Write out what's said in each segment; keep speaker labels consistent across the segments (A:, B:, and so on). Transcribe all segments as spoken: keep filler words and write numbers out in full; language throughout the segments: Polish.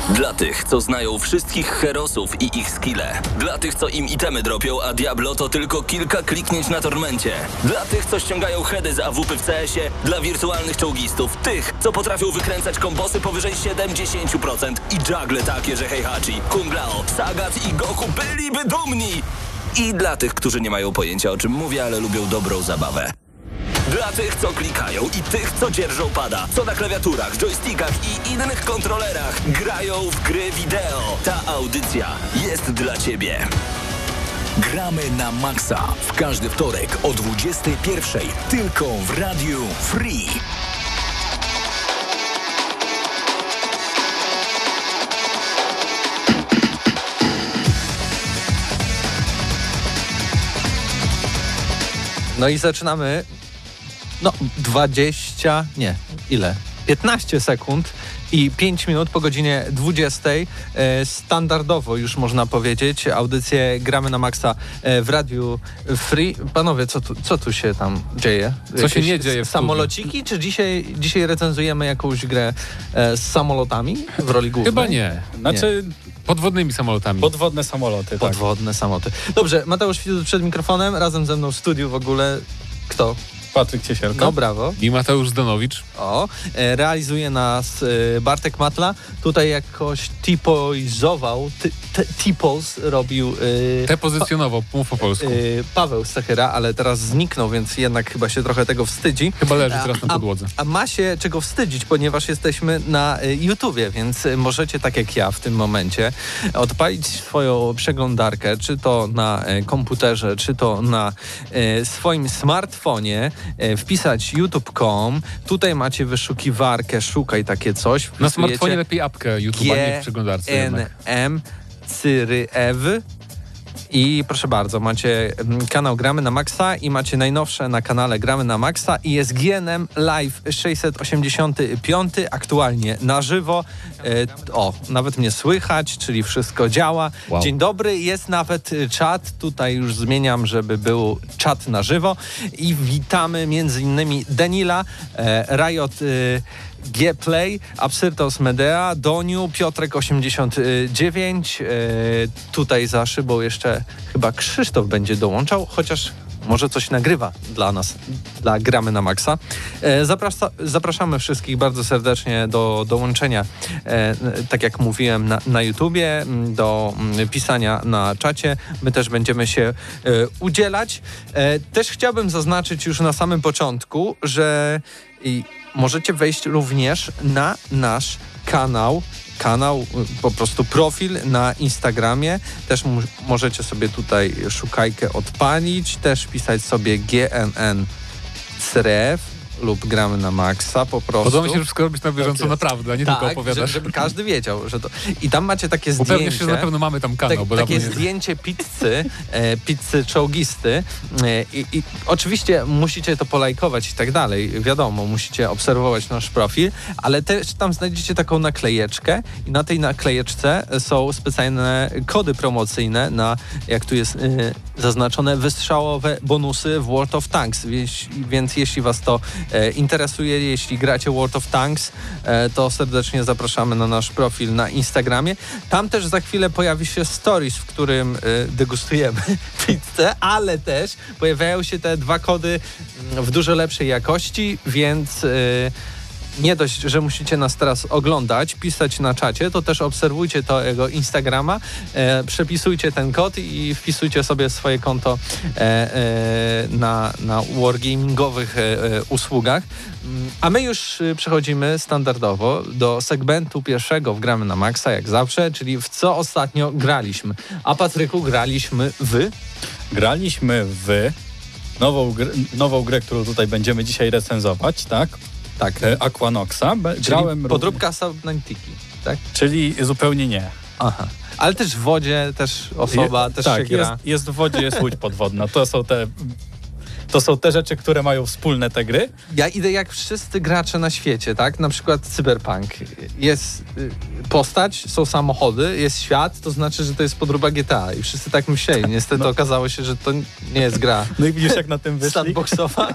A: Dla tych, co znają wszystkich herosów i ich skille. Dla tych, co im itemy dropią, a Diablo to tylko kilka kliknięć na tormencie. Dla tych, co ściągają heady z A W P w C S-ie. Dla wirtualnych czołgistów. Tych, co potrafią wykręcać kombosy powyżej siedemdziesiąt procent. I juggle takie, że Heihachi, Kung Lao, Sagat i Goku byliby dumni. I dla tych, którzy nie mają pojęcia, o czym mówię, ale lubią dobrą zabawę. Dla tych, co klikają i tych, co dzierżą pada, co na klawiaturach, joystickach i innych kontrolerach grają w gry wideo. Ta audycja jest dla Ciebie.
B: Gramy na maksa w każdy wtorek o dwudziestej pierwszej tylko w Radiu Free.
C: No i zaczynamy. No, dwadzieścia, nie, ile? piętnaście sekund i pięć minut po godzinie dwudziestej. E, standardowo już można powiedzieć, audycję Gramy na Maxa e, w Radiu Free. Panowie, co tu, co tu się tam dzieje?
D: Co
C: Jakieś
D: się nie dzieje w
C: samolociki? Czy dzisiaj, dzisiaj recenzujemy jakąś grę e, z samolotami w roli głównej?
D: Chyba nie. Znaczy nie. Podwodnymi samolotami.
E: Podwodne samoloty,
C: Podwodne
E: tak.
C: samoloty. Dobrze, Mateusz Widut przed mikrofonem, razem ze mną w studiu w ogóle. Kto?
E: Patryk Ciesielka.
C: No brawo.
D: I Mateusz Zdanowicz.
C: O, e, realizuje nas e, Bartek Matla. Tutaj jakoś tipoizował, tipos robił... E,
D: Te pozycjonował, mów po polsku.
C: E, Paweł Stachyra, ale teraz zniknął, więc jednak chyba się trochę tego wstydzi.
D: Chyba leży teraz na podłodze.
C: A, a ma się czego wstydzić, ponieważ jesteśmy na e, YouTubie, więc możecie tak jak ja w tym momencie odpalić swoją przeglądarkę, czy to na e, komputerze, czy to na e, swoim smartfonie, wpisać youtube kropka com. Tutaj macie wyszukiwarkę, szukaj takie coś.
D: Na smartfonie lepiej apkę YouTube, a nie w przeglądarce.
C: G N M Cyryew. I proszę bardzo, macie kanał Gramy na Maxa i macie najnowsze na kanale Gramy na Maxa i jest G N M Live sześćset osiemdziesiąty piąty, aktualnie na żywo. E, o, nawet mnie słychać, czyli wszystko działa.
D: Wow.
C: Dzień dobry, jest nawet czat, tutaj już zmieniam, żeby był czat na żywo i witamy między innymi Denila, e, Riot e, G-Play, Absyrtos Medea, Doniu, Piotrek osiemdziesiąt dziewięć, e, tutaj za szybą jeszcze chyba Krzysztof będzie dołączał, chociaż może coś nagrywa dla nas, dla Gramy na Maxa. E, zaprasza, zapraszamy wszystkich bardzo serdecznie do dołączenia, e, tak jak mówiłem, na, na YouTubie, do m, pisania na czacie. My też będziemy się e, udzielać. E, też chciałbym zaznaczyć już na samym początku, że i możecie wejść również na nasz kanał, kanał, po prostu profil na Instagramie. Też mu, możecie sobie tutaj szukajkę odpalić, też pisać sobie G N N Cyryew lub Gramy na Maxa po prostu.
D: Podoba mi się, że wszystko robić na bieżąco
C: tak
D: naprawdę, a nie
C: tak,
D: tylko opowiadasz.
C: Żeby, żeby każdy wiedział, że to... I tam macie takie zdjęcie...
D: Upewniasz się, że na pewno mamy tam kanał.
C: Tak,
D: bo
C: takie
D: nie...
C: zdjęcie pizzy, e, pizzy czołgisty e, i, i oczywiście musicie to polajkować i tak dalej, wiadomo, musicie obserwować nasz profil, ale też tam znajdziecie taką naklejeczkę i na tej naklejeczce są specjalne kody promocyjne na, jak tu jest e, zaznaczone, wystrzałowe bonusy w World of Tanks, więc, więc jeśli was to e, interesuje, jeśli gracie World of Tanks, e, to serdecznie zapraszamy na nasz profil na Instagramie. Tam też za chwilę pojawi się stories, w którym e, degustujemy pizzę, ale też pojawiają się te dwa kody w dużo lepszej jakości, więc e, nie dość, że musicie nas teraz oglądać, pisać na czacie, to też obserwujcie to jego Instagrama, e, przepisujcie ten kod i wpisujcie sobie swoje konto e, e, na, na wargamingowych e, e, usługach. A my już przechodzimy standardowo do segmentu pierwszego w Gramy na Maxa, jak zawsze, czyli w co ostatnio graliśmy. A Patryku, graliśmy w...
E: Graliśmy w nową, gr- nową grę, którą tutaj będziemy dzisiaj recenzować, tak?
C: Tak.
E: Aquanoxa.
C: Grałem czyli podróbka Subnautica, tak?
E: Czyli zupełnie nie.
C: Aha. Ale też w wodzie, też osoba,
E: Je,
C: też
E: tak,
C: się gra.
E: Jest, jest w wodzie, jest łódź podwodna. To są te to są te rzeczy, które mają wspólne te gry.
C: Ja idę jak wszyscy gracze na świecie, tak? Na przykład Cyberpunk. Jest y, postać, są samochody, jest świat, to znaczy, że to jest podróba G T A i wszyscy tak myśleli. Niestety
E: No.
C: okazało się, że to nie jest gra
E: No i widzisz, jak na tym wyszli.
C: sandboxowa,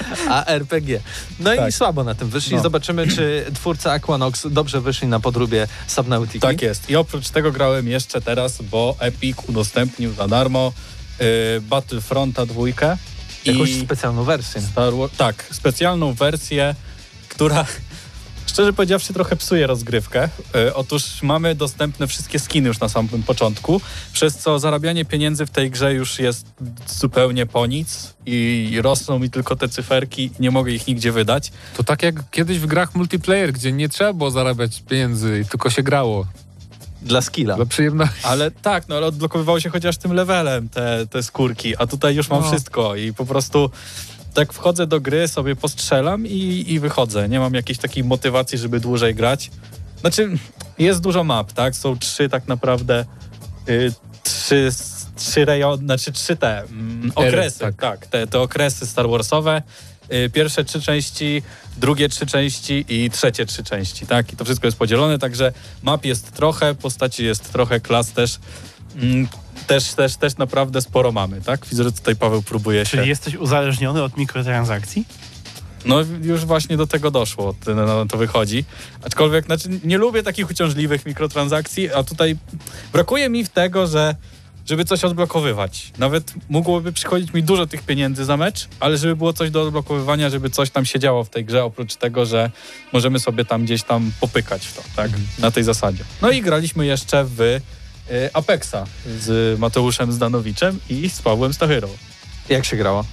C: a R P G. No
E: Tak.
C: i słabo na tym wyszli.
E: No.
C: Zobaczymy, czy twórcy Aquanox dobrze wyszli na podróbie Subnautiki.
E: Tak jest. I oprócz tego grałem jeszcze teraz, bo Epic udostępnił za darmo y, Battlefronta dwójkę.
C: Jakąś
E: i
C: specjalną wersję.
E: Star Wars, tak, specjalną wersję, która szczerze powiedziawszy trochę psuje rozgrywkę. Y, otóż mamy dostępne wszystkie skiny już na samym początku, przez co zarabianie pieniędzy w tej grze już jest zupełnie po nic i rosną mi tylko te cyferki i nie mogę ich nigdzie wydać.
D: To tak jak kiedyś w grach multiplayer, gdzie nie trzeba było zarabiać pieniędzy, tylko się grało
C: Dla skilla.
D: dla przyjemności.
E: Ale tak, no ale odblokowywało się chociaż tym levelem te, te skórki, a tutaj już mam
D: No.
E: wszystko i po prostu tak wchodzę do gry, sobie postrzelam i, i wychodzę. Nie mam jakiejś takiej motywacji, żeby dłużej grać. Znaczy, jest dużo map, tak? Są trzy tak naprawdę, y, trzy, trzy rejony, znaczy trzy te mm, okresy,
D: tak.
E: tak, te, te okresy Star Warsowe. Y, Pierwsze trzy części, drugie trzy części i trzecie trzy części, tak? I to wszystko jest podzielone, także map jest trochę, postaci jest trochę, klas też. Mm, też, też, też naprawdę sporo mamy, tak? Widzę, że tutaj Paweł próbuje się...
F: Czyli jesteś uzależniony od mikrotransakcji?
E: No już właśnie do tego doszło, to, no, to wychodzi. Aczkolwiek znaczy, nie lubię takich uciążliwych mikrotransakcji, a tutaj brakuje mi w tego, że żeby coś odblokowywać. Nawet mogłoby przychodzić mi dużo tych pieniędzy za mecz, ale żeby było coś do odblokowywania, żeby coś tam się działo w tej grze, oprócz tego, że możemy sobie tam gdzieś tam popykać w to, tak? Na tej zasadzie. No i graliśmy jeszcze w y, Apexa z Mateuszem Zdanowiczem i z Pawłem Stachyrą.
C: Jak się grało?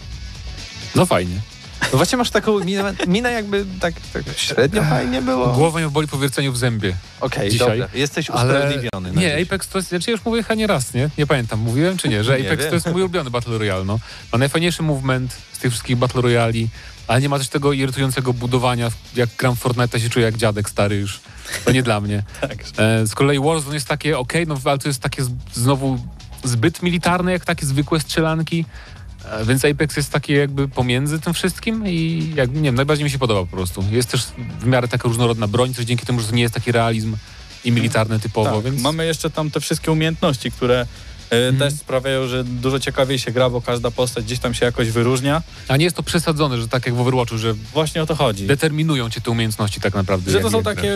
D: No fajnie.
C: No właśnie masz taką minę, minę jakby tak, tak średnio fajnie było.
D: Głowa mnie boli po wierceniu w zębie.
C: Okej,
D: dzisiaj.
C: dobra. Jesteś
D: Ale
C: usprawiedliwiony. na
D: nie,
C: dziś.
D: Apex to jest, znaczy już mówię chyba nie raz, nie? Nie pamiętam, mówiłem czy nie, że
C: Nie
D: Apex
C: wiem.
D: to jest mój ulubiony Battle Royale, no. Ma najfajniejszy movement z tych wszystkich Battle Royali, ale nie ma też tego irytującego budowania, jak gram w Fortnite'a się czuję jak dziadek stary już. To nie dla mnie.
E: Tak.
D: E, z kolei Warzone jest takie, okej, no ale to jest takie z, znowu zbyt militarne, jak takie zwykłe strzelanki. E, Więc Apex jest takie jakby pomiędzy tym wszystkim i jak, nie wiem, najbardziej mi się podoba po prostu. Jest też w miarę taka różnorodna broń, coś dzięki temu, że to nie jest taki realizm i militarny typowo,
E: Tak,
D: więc...
E: mamy jeszcze tam te wszystkie umiejętności, które e, też sprawiają, że dużo ciekawiej się gra, bo każda postać gdzieś tam się jakoś wyróżnia.
D: A nie jest to przesadzone, że tak jak w Overwatchu, że
E: Właśnie o to chodzi.
D: determinują cię te umiejętności tak naprawdę.
E: Że
D: jak-
E: to są
D: jak
E: takie...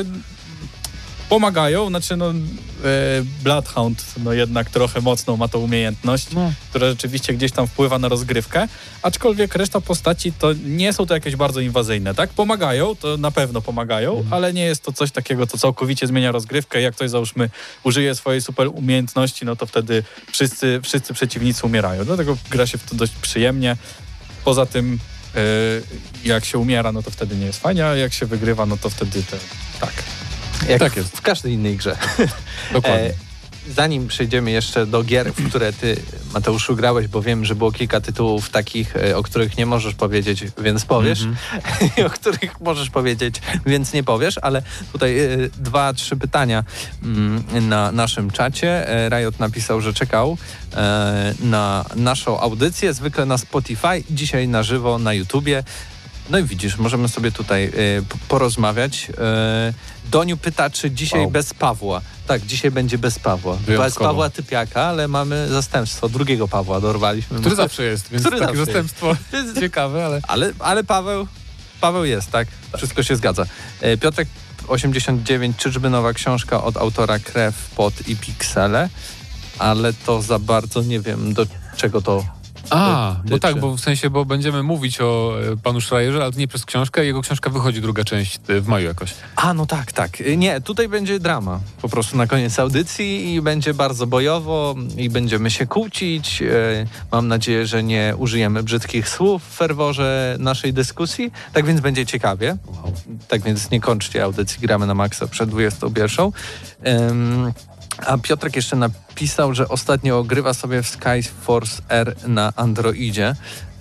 E: Pomagają, znaczy no e, Bloodhound no jednak trochę mocną ma tą umiejętność,
D: No.
E: która rzeczywiście gdzieś tam wpływa na rozgrywkę, aczkolwiek reszta postaci to nie są to jakieś bardzo inwazyjne, tak? Pomagają, to na pewno pomagają,
D: Mhm.
E: ale nie jest to coś takiego, co całkowicie zmienia rozgrywkę. Jak ktoś załóżmy użyje swojej super umiejętności, no to wtedy wszyscy, wszyscy przeciwnicy umierają. Dlatego gra się w to dość przyjemnie. Poza tym e, jak się umiera, no to wtedy nie jest fajnie, a jak się wygrywa, no to wtedy te, tak.
C: Jak
D: Tak jest.
C: w każdej innej grze.
D: Dokładnie.
C: E, zanim przejdziemy jeszcze do gier, w które ty, Mateuszu, grałeś, bo wiem, że było kilka tytułów takich, e, o których nie możesz powiedzieć, więc powiesz, i o których możesz powiedzieć, więc nie powiesz, ale tutaj e, dwa, trzy pytania mm, na naszym czacie. E, Riot napisał, że czekał e, na naszą audycję, zwykle na Spotify, dzisiaj na żywo na YouTubie. No i widzisz, możemy sobie tutaj y, p- porozmawiać. Y, Doniu pyta, czy dzisiaj
D: Wow.
C: bez Pawła. Tak, dzisiaj będzie bez Pawła. Bez
D: Wyjątkowo.
C: Pawła Typiaka, ale mamy zastępstwo. Drugiego Pawła dorwaliśmy.
D: Który zawsze jest, więc
C: Który
D: takie
C: zawsze
D: zastępstwo
C: jest.
D: ciekawe, ale...
C: Ale, ale Paweł, Paweł jest, tak? Wszystko się zgadza. Y, Piotrek osiemdziesiąt dziewięć, czyżby nowa książka od autora Krew, Pot i Piksele? Ale to za bardzo nie wiem, do czego to
D: A, bo
C: tyczy.
D: tak, bo w sensie, bo będziemy mówić o e, panu Schreierze, ale to nie przez książkę. Jego książka wychodzi, druga część e, w maju jakoś.
C: A, no tak, tak. Nie, tutaj będzie drama po prostu na koniec audycji i będzie bardzo bojowo i będziemy się kłócić. E, Mam nadzieję, że nie użyjemy brzydkich słów w ferworze naszej dyskusji. Tak więc będzie ciekawie. Tak więc nie kończcie audycji Gramy na Maxa przed dwudziestą pierwszą. Em, A Piotrek jeszcze napisał, że ostatnio grywa sobie w Skyforce R na Androidzie.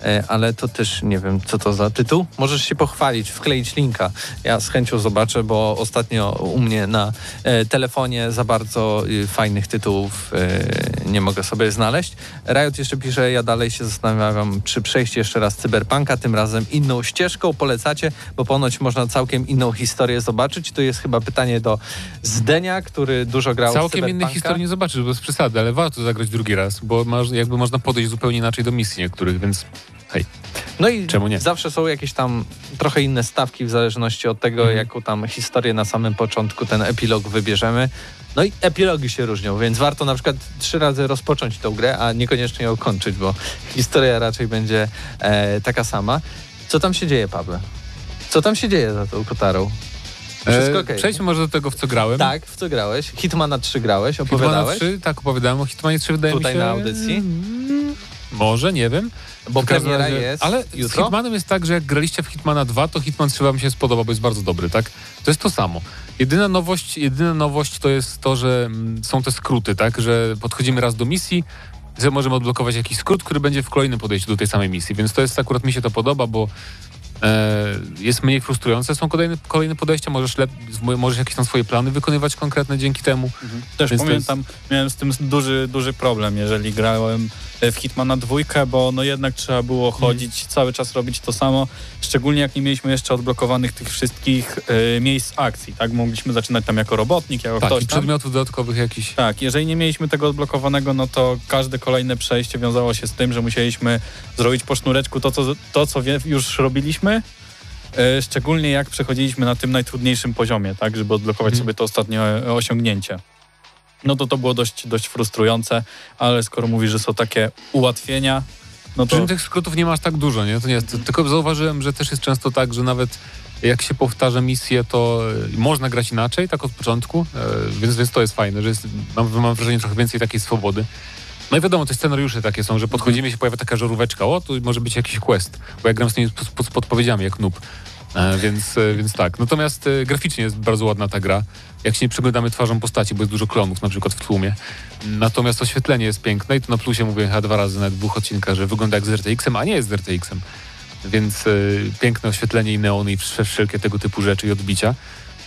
C: e, ale to też nie wiem, co to za tytuł. Możesz się pochwalić, wkleić linka. Ja z chęcią zobaczę, bo ostatnio u mnie na e, telefonie za bardzo e, fajnych tytułów e, nie mogę sobie znaleźć. Riot jeszcze pisze, ja dalej się zastanawiam, czy przejść jeszcze raz Cyberpunka, tym razem inną ścieżką. Polecacie, bo ponoć można całkiem inną historię zobaczyć. To jest chyba pytanie do Zdenia, który dużo grał w
D: Całkiem
C: Cyberpunka.
D: innych historii nie zobaczysz, bez przesady, ale warto zagrać drugi raz, bo masz, jakby można podejść zupełnie inaczej do misji niektórych, więc hej.
C: No i
D: Czemu nie?
C: zawsze są jakieś tam trochę inne stawki w zależności od tego,
D: Mhm.
C: jaką tam historię na samym początku ten epilog wybierzemy. No i epilogi się różnią, więc warto na przykład trzy razy rozpocząć tę grę, a niekoniecznie ją kończyć, bo historia raczej będzie e, taka sama. Co tam się dzieje, Pawle? Co tam się dzieje za tą kotarą? Wszystko
D: E,
C: okej?
D: Przejdźmy może do tego, w co grałem.
C: Tak, w co grałeś? Hitmana trzy grałeś,
D: Hitmana
C: opowiadałeś?
D: trzy, tak, opowiadałem o Hitmanie trzy, wydaje
C: Tutaj
D: mi się.
C: na audycji?
D: Mm, Może, nie wiem.
C: Bo
D: W każdym
C: premiera
D: razie-
C: jest
D: Ale
C: jutro?
D: z Hitmanem jest tak, że jak graliście w Hitmana dwa, to Hitman trzy wam się spodoba, bo jest bardzo dobry, tak? To jest to samo. Jedyna nowość, jedyna nowość to jest to, że mm, są te skróty, tak? Że podchodzimy raz do misji, że możemy odblokować jakiś skrót, który będzie w kolejnym podejściu do tej samej misji, więc to jest akurat mi się to podoba, bo e, jest mniej frustrujące. Są kolejne, kolejne podejścia, możesz, lep, możesz jakieś tam swoje plany wykonywać konkretne dzięki temu.
E: Też
D: Więc to
E: pamiętam, miałem z tym duży, duży problem, jeżeli grałem w Hitmana dwójkę, bo no jednak trzeba było chodzić, cały czas robić to samo, szczególnie jak nie mieliśmy jeszcze odblokowanych tych wszystkich y, miejsc akcji, tak? Mogliśmy zaczynać tam jako robotnik, jako
D: Tak,
E: ktoś
D: i
E: tam.
D: przedmiotów dodatkowych jakichś.
E: Tak, jeżeli nie mieliśmy tego odblokowanego, no to każde kolejne przejście wiązało się z tym, że musieliśmy zrobić po sznureczku to, co, to, co wie, już robiliśmy, y, szczególnie jak przechodziliśmy na tym najtrudniejszym poziomie, tak? Żeby odblokować
D: Mhm.
E: sobie to ostatnie osiągnięcie. No to to było dość, dość frustrujące, ale skoro mówisz, że są takie ułatwienia, no
D: Przy
E: to
D: czym tych skrótów nie masz tak dużo, nie? To nie jest, tylko zauważyłem, że też jest często tak, że nawet jak się powtarza misję, to e, można grać inaczej, tak od początku, e, więc, więc to jest fajne, że jest, mam, mam wrażenie trochę więcej takiej swobody. No i wiadomo, te scenariusze takie są, że podchodzimy, się pojawia taka żaróweczka, o, tu może być jakiś quest, bo ja gram z tymi pod, pod, podpowiedziami jak noob, e, więc, e, więc tak. Natomiast e, graficznie jest bardzo ładna ta gra, jak się nie przyglądamy twarzą postaci, bo jest dużo klonów na przykład w tłumie. Natomiast oświetlenie jest piękne i to na plusie mówię chyba dwa razy na dwóch odcinkach, że wygląda jak z R T X-em, a nie jest z R T X-em. Więc y, piękne oświetlenie i neony i wsz- wszelkie tego typu rzeczy i odbicia.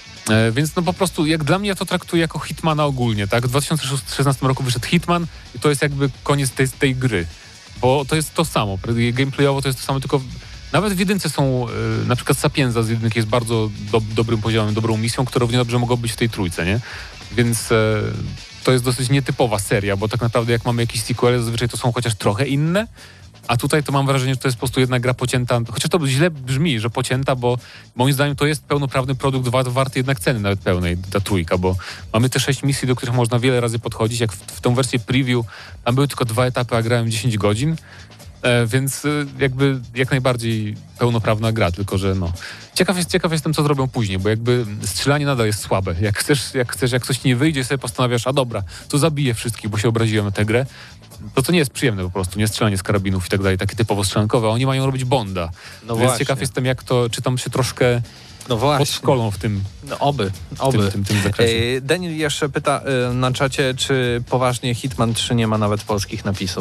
D: E, więc no po prostu jak dla mnie ja to traktuję jako Hitmana ogólnie, tak? W dwa tysiące szesnastym roku wyszedł Hitman i to jest jakby koniec tej, tej gry. Bo to jest to samo. Gameplayowo to jest to samo, tylko nawet w jedynce są, y, na przykład Sapienza z jedynki jest bardzo do, dobrym poziomem, dobrą misją, która równie dobrze mogła być w tej trójce, nie? Więc e, to jest dosyć nietypowa seria, bo tak naprawdę jak mamy jakieś sequele, zazwyczaj to są chociaż trochę inne, a tutaj to mam wrażenie, że to jest po prostu jedna gra pocięta, chociaż to źle brzmi, że pocięta, bo moim zdaniem to jest pełnoprawny produkt wa- warty jednak ceny nawet pełnej, ta trójka, bo mamy te sześć misji, do których można wiele razy podchodzić, jak w, w tą wersję preview, tam były tylko dwa etapy, a grałem dziesięć godzin, e, więc e, jakby jak najbardziej pełnoprawna gra, tylko że no... Ciekaw, jest, ciekaw jestem, co zrobią później, bo jakby strzelanie nadal jest słabe. Jak chcesz, jak chcesz, jak coś ci nie wyjdzie, sobie postanawiasz, a dobra, to zabiję wszystkich, bo się obraziłem na tę grę, to to nie jest przyjemne po prostu, nie strzelanie z karabinów i tak dalej, takie typowo strzelankowe, a oni mają robić Bonda.
C: No
D: Więc
C: właśnie.
D: ciekaw jestem, jak to, czy tam się troszkę
C: No właśnie.
D: podszkolą w tym,
C: No oby,
D: w
C: oby.
D: tym, tym, tym zakresie.
C: Ej, Daniel jeszcze pyta y, na czacie, czy poważnie Hitman trzy nie ma nawet polskich napisów.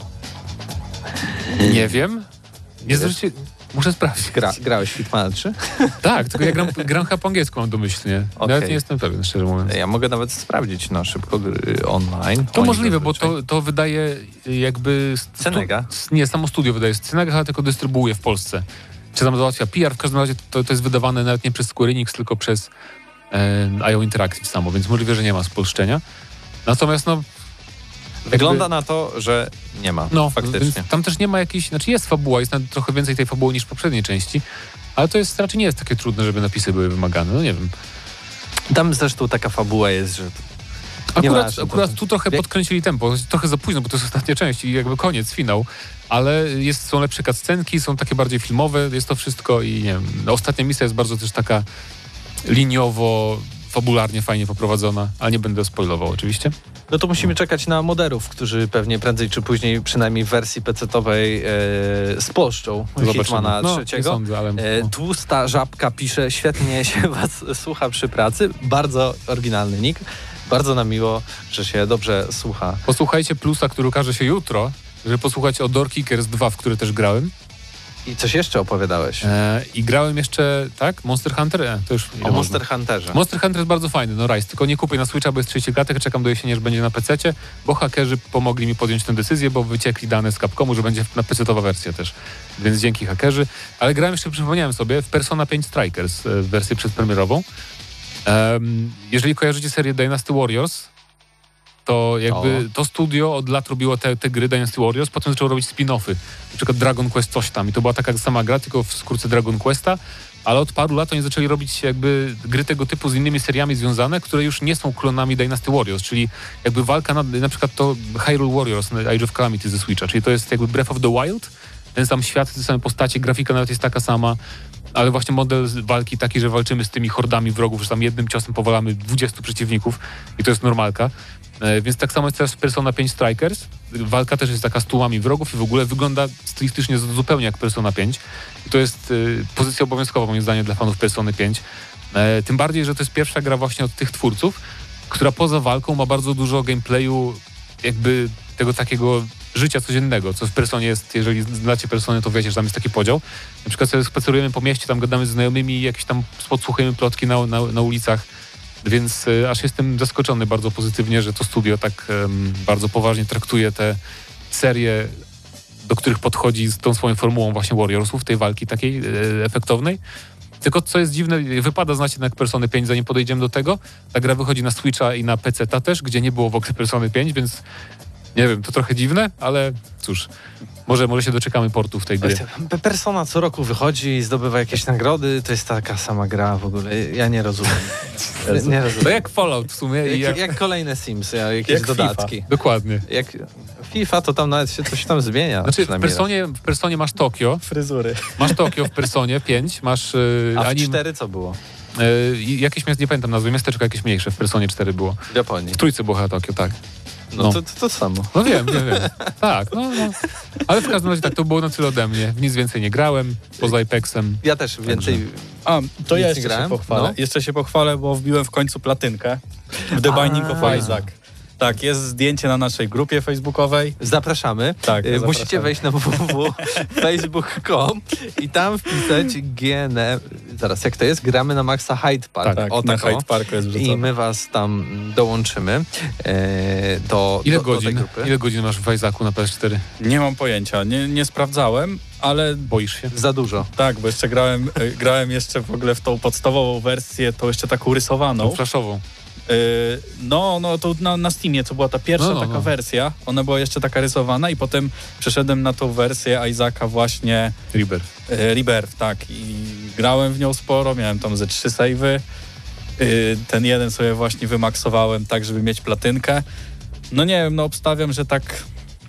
D: Nie wiem. Nie zwróćcie... Muszę sprawdzić.
C: Gra, grałeś w Hitmana trzy?
D: Tak, tylko ja gram, gram chyba po angielsku, mam domyślnie.
C: Okej.
D: Nawet nie jestem pewien, szczerze mówiąc.
C: Ja mogę nawet sprawdzić na szybko gry online.
D: To
C: Oni
D: możliwe, bo
C: zazwyczaj-
D: to, to wydaje jakby... stu-
C: Cenega?
D: Nie, samo studio wydaje. Cenega chyba tylko dystrybuuje w Polsce. Czy tam załatwia P R, w każdym razie to, to jest wydawane nawet nie przez Square Enix, tylko przez e, I O Interactive samo, więc możliwe, że nie ma spolszczenia. Natomiast no...
C: Wygląda
D: jakby-
C: na to, że nie ma,
D: No,
C: faktycznie.
D: więc tam też nie ma jakiejś... Znaczy jest fabuła, jest nawet trochę więcej tej fabuły niż w poprzedniej części, ale to jest raczej nie jest takie trudne, żeby napisy były wymagane. No nie wiem.
C: Tam zresztą taka fabuła jest, że...
D: Akurat,
C: Nieważne,
D: akurat
C: to-
D: tu trochę
C: wie-
D: podkręcili tempo, trochę za późno, bo to jest ostatnia część i jakby koniec, finał, ale jest, są lepsze cutscenki, są takie bardziej filmowe, jest to wszystko i nie wiem, ostatnia misja jest bardzo też taka liniowo, fabularnie fajnie poprowadzona, ale nie będę spoilował oczywiście.
C: No to musimy czekać na moderów, którzy pewnie prędzej czy później, przynajmniej w wersji pecetowej, e, spolszczą Hitmana
D: No,
C: trzeciego.
D: nie sądzę, ale...
C: E,
D: no.
C: Tłusta Żabka pisze, świetnie się was słucha przy pracy. Bardzo oryginalny nick. Bardzo nam miło, że się dobrze słucha.
D: Posłuchajcie plusa, który ukaże się jutro, żeby posłuchać o Door Kickers dwa, w który też grałem.
C: I coś jeszcze opowiadałeś.
D: E, I grałem jeszcze, tak? Monster Hunter? E, to już
C: O Monster Hunterze.
D: Monster Hunter jest bardzo fajny, no Rise, tylko nie kupuj na Switcha, bo jest trzydzieści klatek, czekam do jesieni, aż będzie na pececie, bo hakerzy pomogli mi podjąć tę decyzję, bo wyciekli dane z Capcomu, że będzie na pecetowa wersja też, więc dzięki hakerzy. Ale grałem jeszcze, przypomniałem sobie, w Persona pięć Strikers, e, wersję przedpremierową. Um, jeżeli kojarzycie serię Dynasty Warriors, to jakby
C: O.
D: to studio od lat robiło te, te gry Dynasty Warriors, potem zaczęło robić spin-offy, na przykład Dragon Quest coś tam i to była taka sama gra, tylko w skórce Dragon Questa, ale od paru lat oni zaczęli robić jakby gry tego typu z innymi seriami związane, które już nie są klonami Dynasty Warriors, czyli jakby walka na, na przykład to Hyrule Warriors, Age of Calamity ze Switcha, czyli to jest jakby Breath of the Wild, ten sam świat, te same postacie, grafika nawet jest taka sama, ale właśnie model walki taki, że walczymy z tymi hordami wrogów, że tam jednym ciosem powalamy dwudziestu przeciwników i to jest normalka. E, więc tak samo jest teraz w Persona pięć Strikers. Walka też jest taka z tłumami wrogów i w ogóle wygląda stylistycznie zupełnie jak Persona pięć. I to jest e, pozycja obowiązkowa moim zdaniem dla fanów Persony pięć. E, tym bardziej, że to jest pierwsza gra właśnie od tych twórców, która poza walką ma bardzo dużo gameplayu jakby tego takiego życia codziennego, co w Personie jest, jeżeli znacie Personę, to wiecie, że tam jest taki podział. Na przykład sobie spacerujemy po mieście, tam gadamy z znajomymi, jakieś tam podsłuchujemy plotki na, na, na ulicach, więc y, aż jestem zaskoczony bardzo pozytywnie, że to studio tak um, bardzo poważnie traktuje te serie, do których podchodzi z tą swoją formułą właśnie Warriorsów, tej walki takiej e, efektownej. Tylko co jest dziwne, wypada znać jednak Persony pięć, zanim podejdziemy do tego. Ta gra wychodzi na Switcha i na peceta też, gdzie nie było w ogóle Persony pięć, więc nie wiem, to trochę dziwne, ale cóż, może, może się doczekamy portu w tej gry.
C: Persona co roku wychodzi i zdobywa jakieś nagrody, to jest taka sama gra w ogóle. Ja nie rozumiem. nie rozumiem.
D: To jak Fallout w sumie. I
C: Jak,
D: jak...
C: jak kolejne Sims, jakieś
E: Jak
C: dodatki.
E: FIFA.
D: Dokładnie.
C: Jak FIFA, to tam nawet się coś tam zmienia.
D: Znaczy w
C: przynajmniej raz.
D: Personie, w Personie masz Tokio,
E: Fryzury.
D: masz Tokio w Personie pięć, masz yy,
C: A w
D: anim,
C: cztery co było?
D: yy, jakieś miasto, nie pamiętam nazwy, miasteczko jakieś mniejsze w Personie cztery było.
C: W Japonii.
D: W trójce było chyba Tokio, tak.
C: No,
D: No.
C: To, to to samo.
D: No wiem, wiem, wiem. Tak, no, no. Ale w każdym razie tak, to było na tyle ode mnie. W nic więcej nie grałem, poza Apexem.
C: Ja też więcej...
E: A, to
C: Nic
E: ja
C: nie
E: jeszcze
C: grałem?
E: się pochwalę.
C: No.
E: Jeszcze się pochwalę, bo wbiłem w końcu platynkę w The Binding of
C: A.
E: Isaac. Tak, jest zdjęcie na naszej grupie facebookowej.
C: Zapraszamy.
E: Tak,
C: Y,
E: zapraszamy.
C: Musicie wejść na w w w kropka facebook kropka com i tam wpisać G N E. Zaraz, jak to jest? Gramy na Maxa Hyde Park.
E: Tak,
C: o,
E: na
C: tak, o.
E: Hyde Parku jest wrzucone.
C: I my was tam dołączymy e, do,
D: Ile
C: do, do tej
D: godzin?
C: grupy.
D: Ile godzin masz w Isaacu na P S cztery?
E: Nie mam pojęcia, nie, nie sprawdzałem, ale
D: Boisz się?
C: Za dużo.
E: tak, bo jeszcze grałem, e, grałem jeszcze w ogóle w tą podstawową wersję, tą jeszcze taką rysowaną.
D: Tą flashową.
E: Yy, no, no to na, na Steamie, co była ta pierwsza
D: No, no,
E: taka
D: no.
E: wersja, ona była jeszcze taka rysowana i potem przeszedłem na tą wersję Isaaca właśnie
D: Rebirth.
E: yy, Rebirth, tak, i grałem w nią sporo, miałem tam ze trzy save'y, yy, ten jeden sobie właśnie wymaksowałem tak, żeby mieć platynkę. No nie wiem, no obstawiam, że tak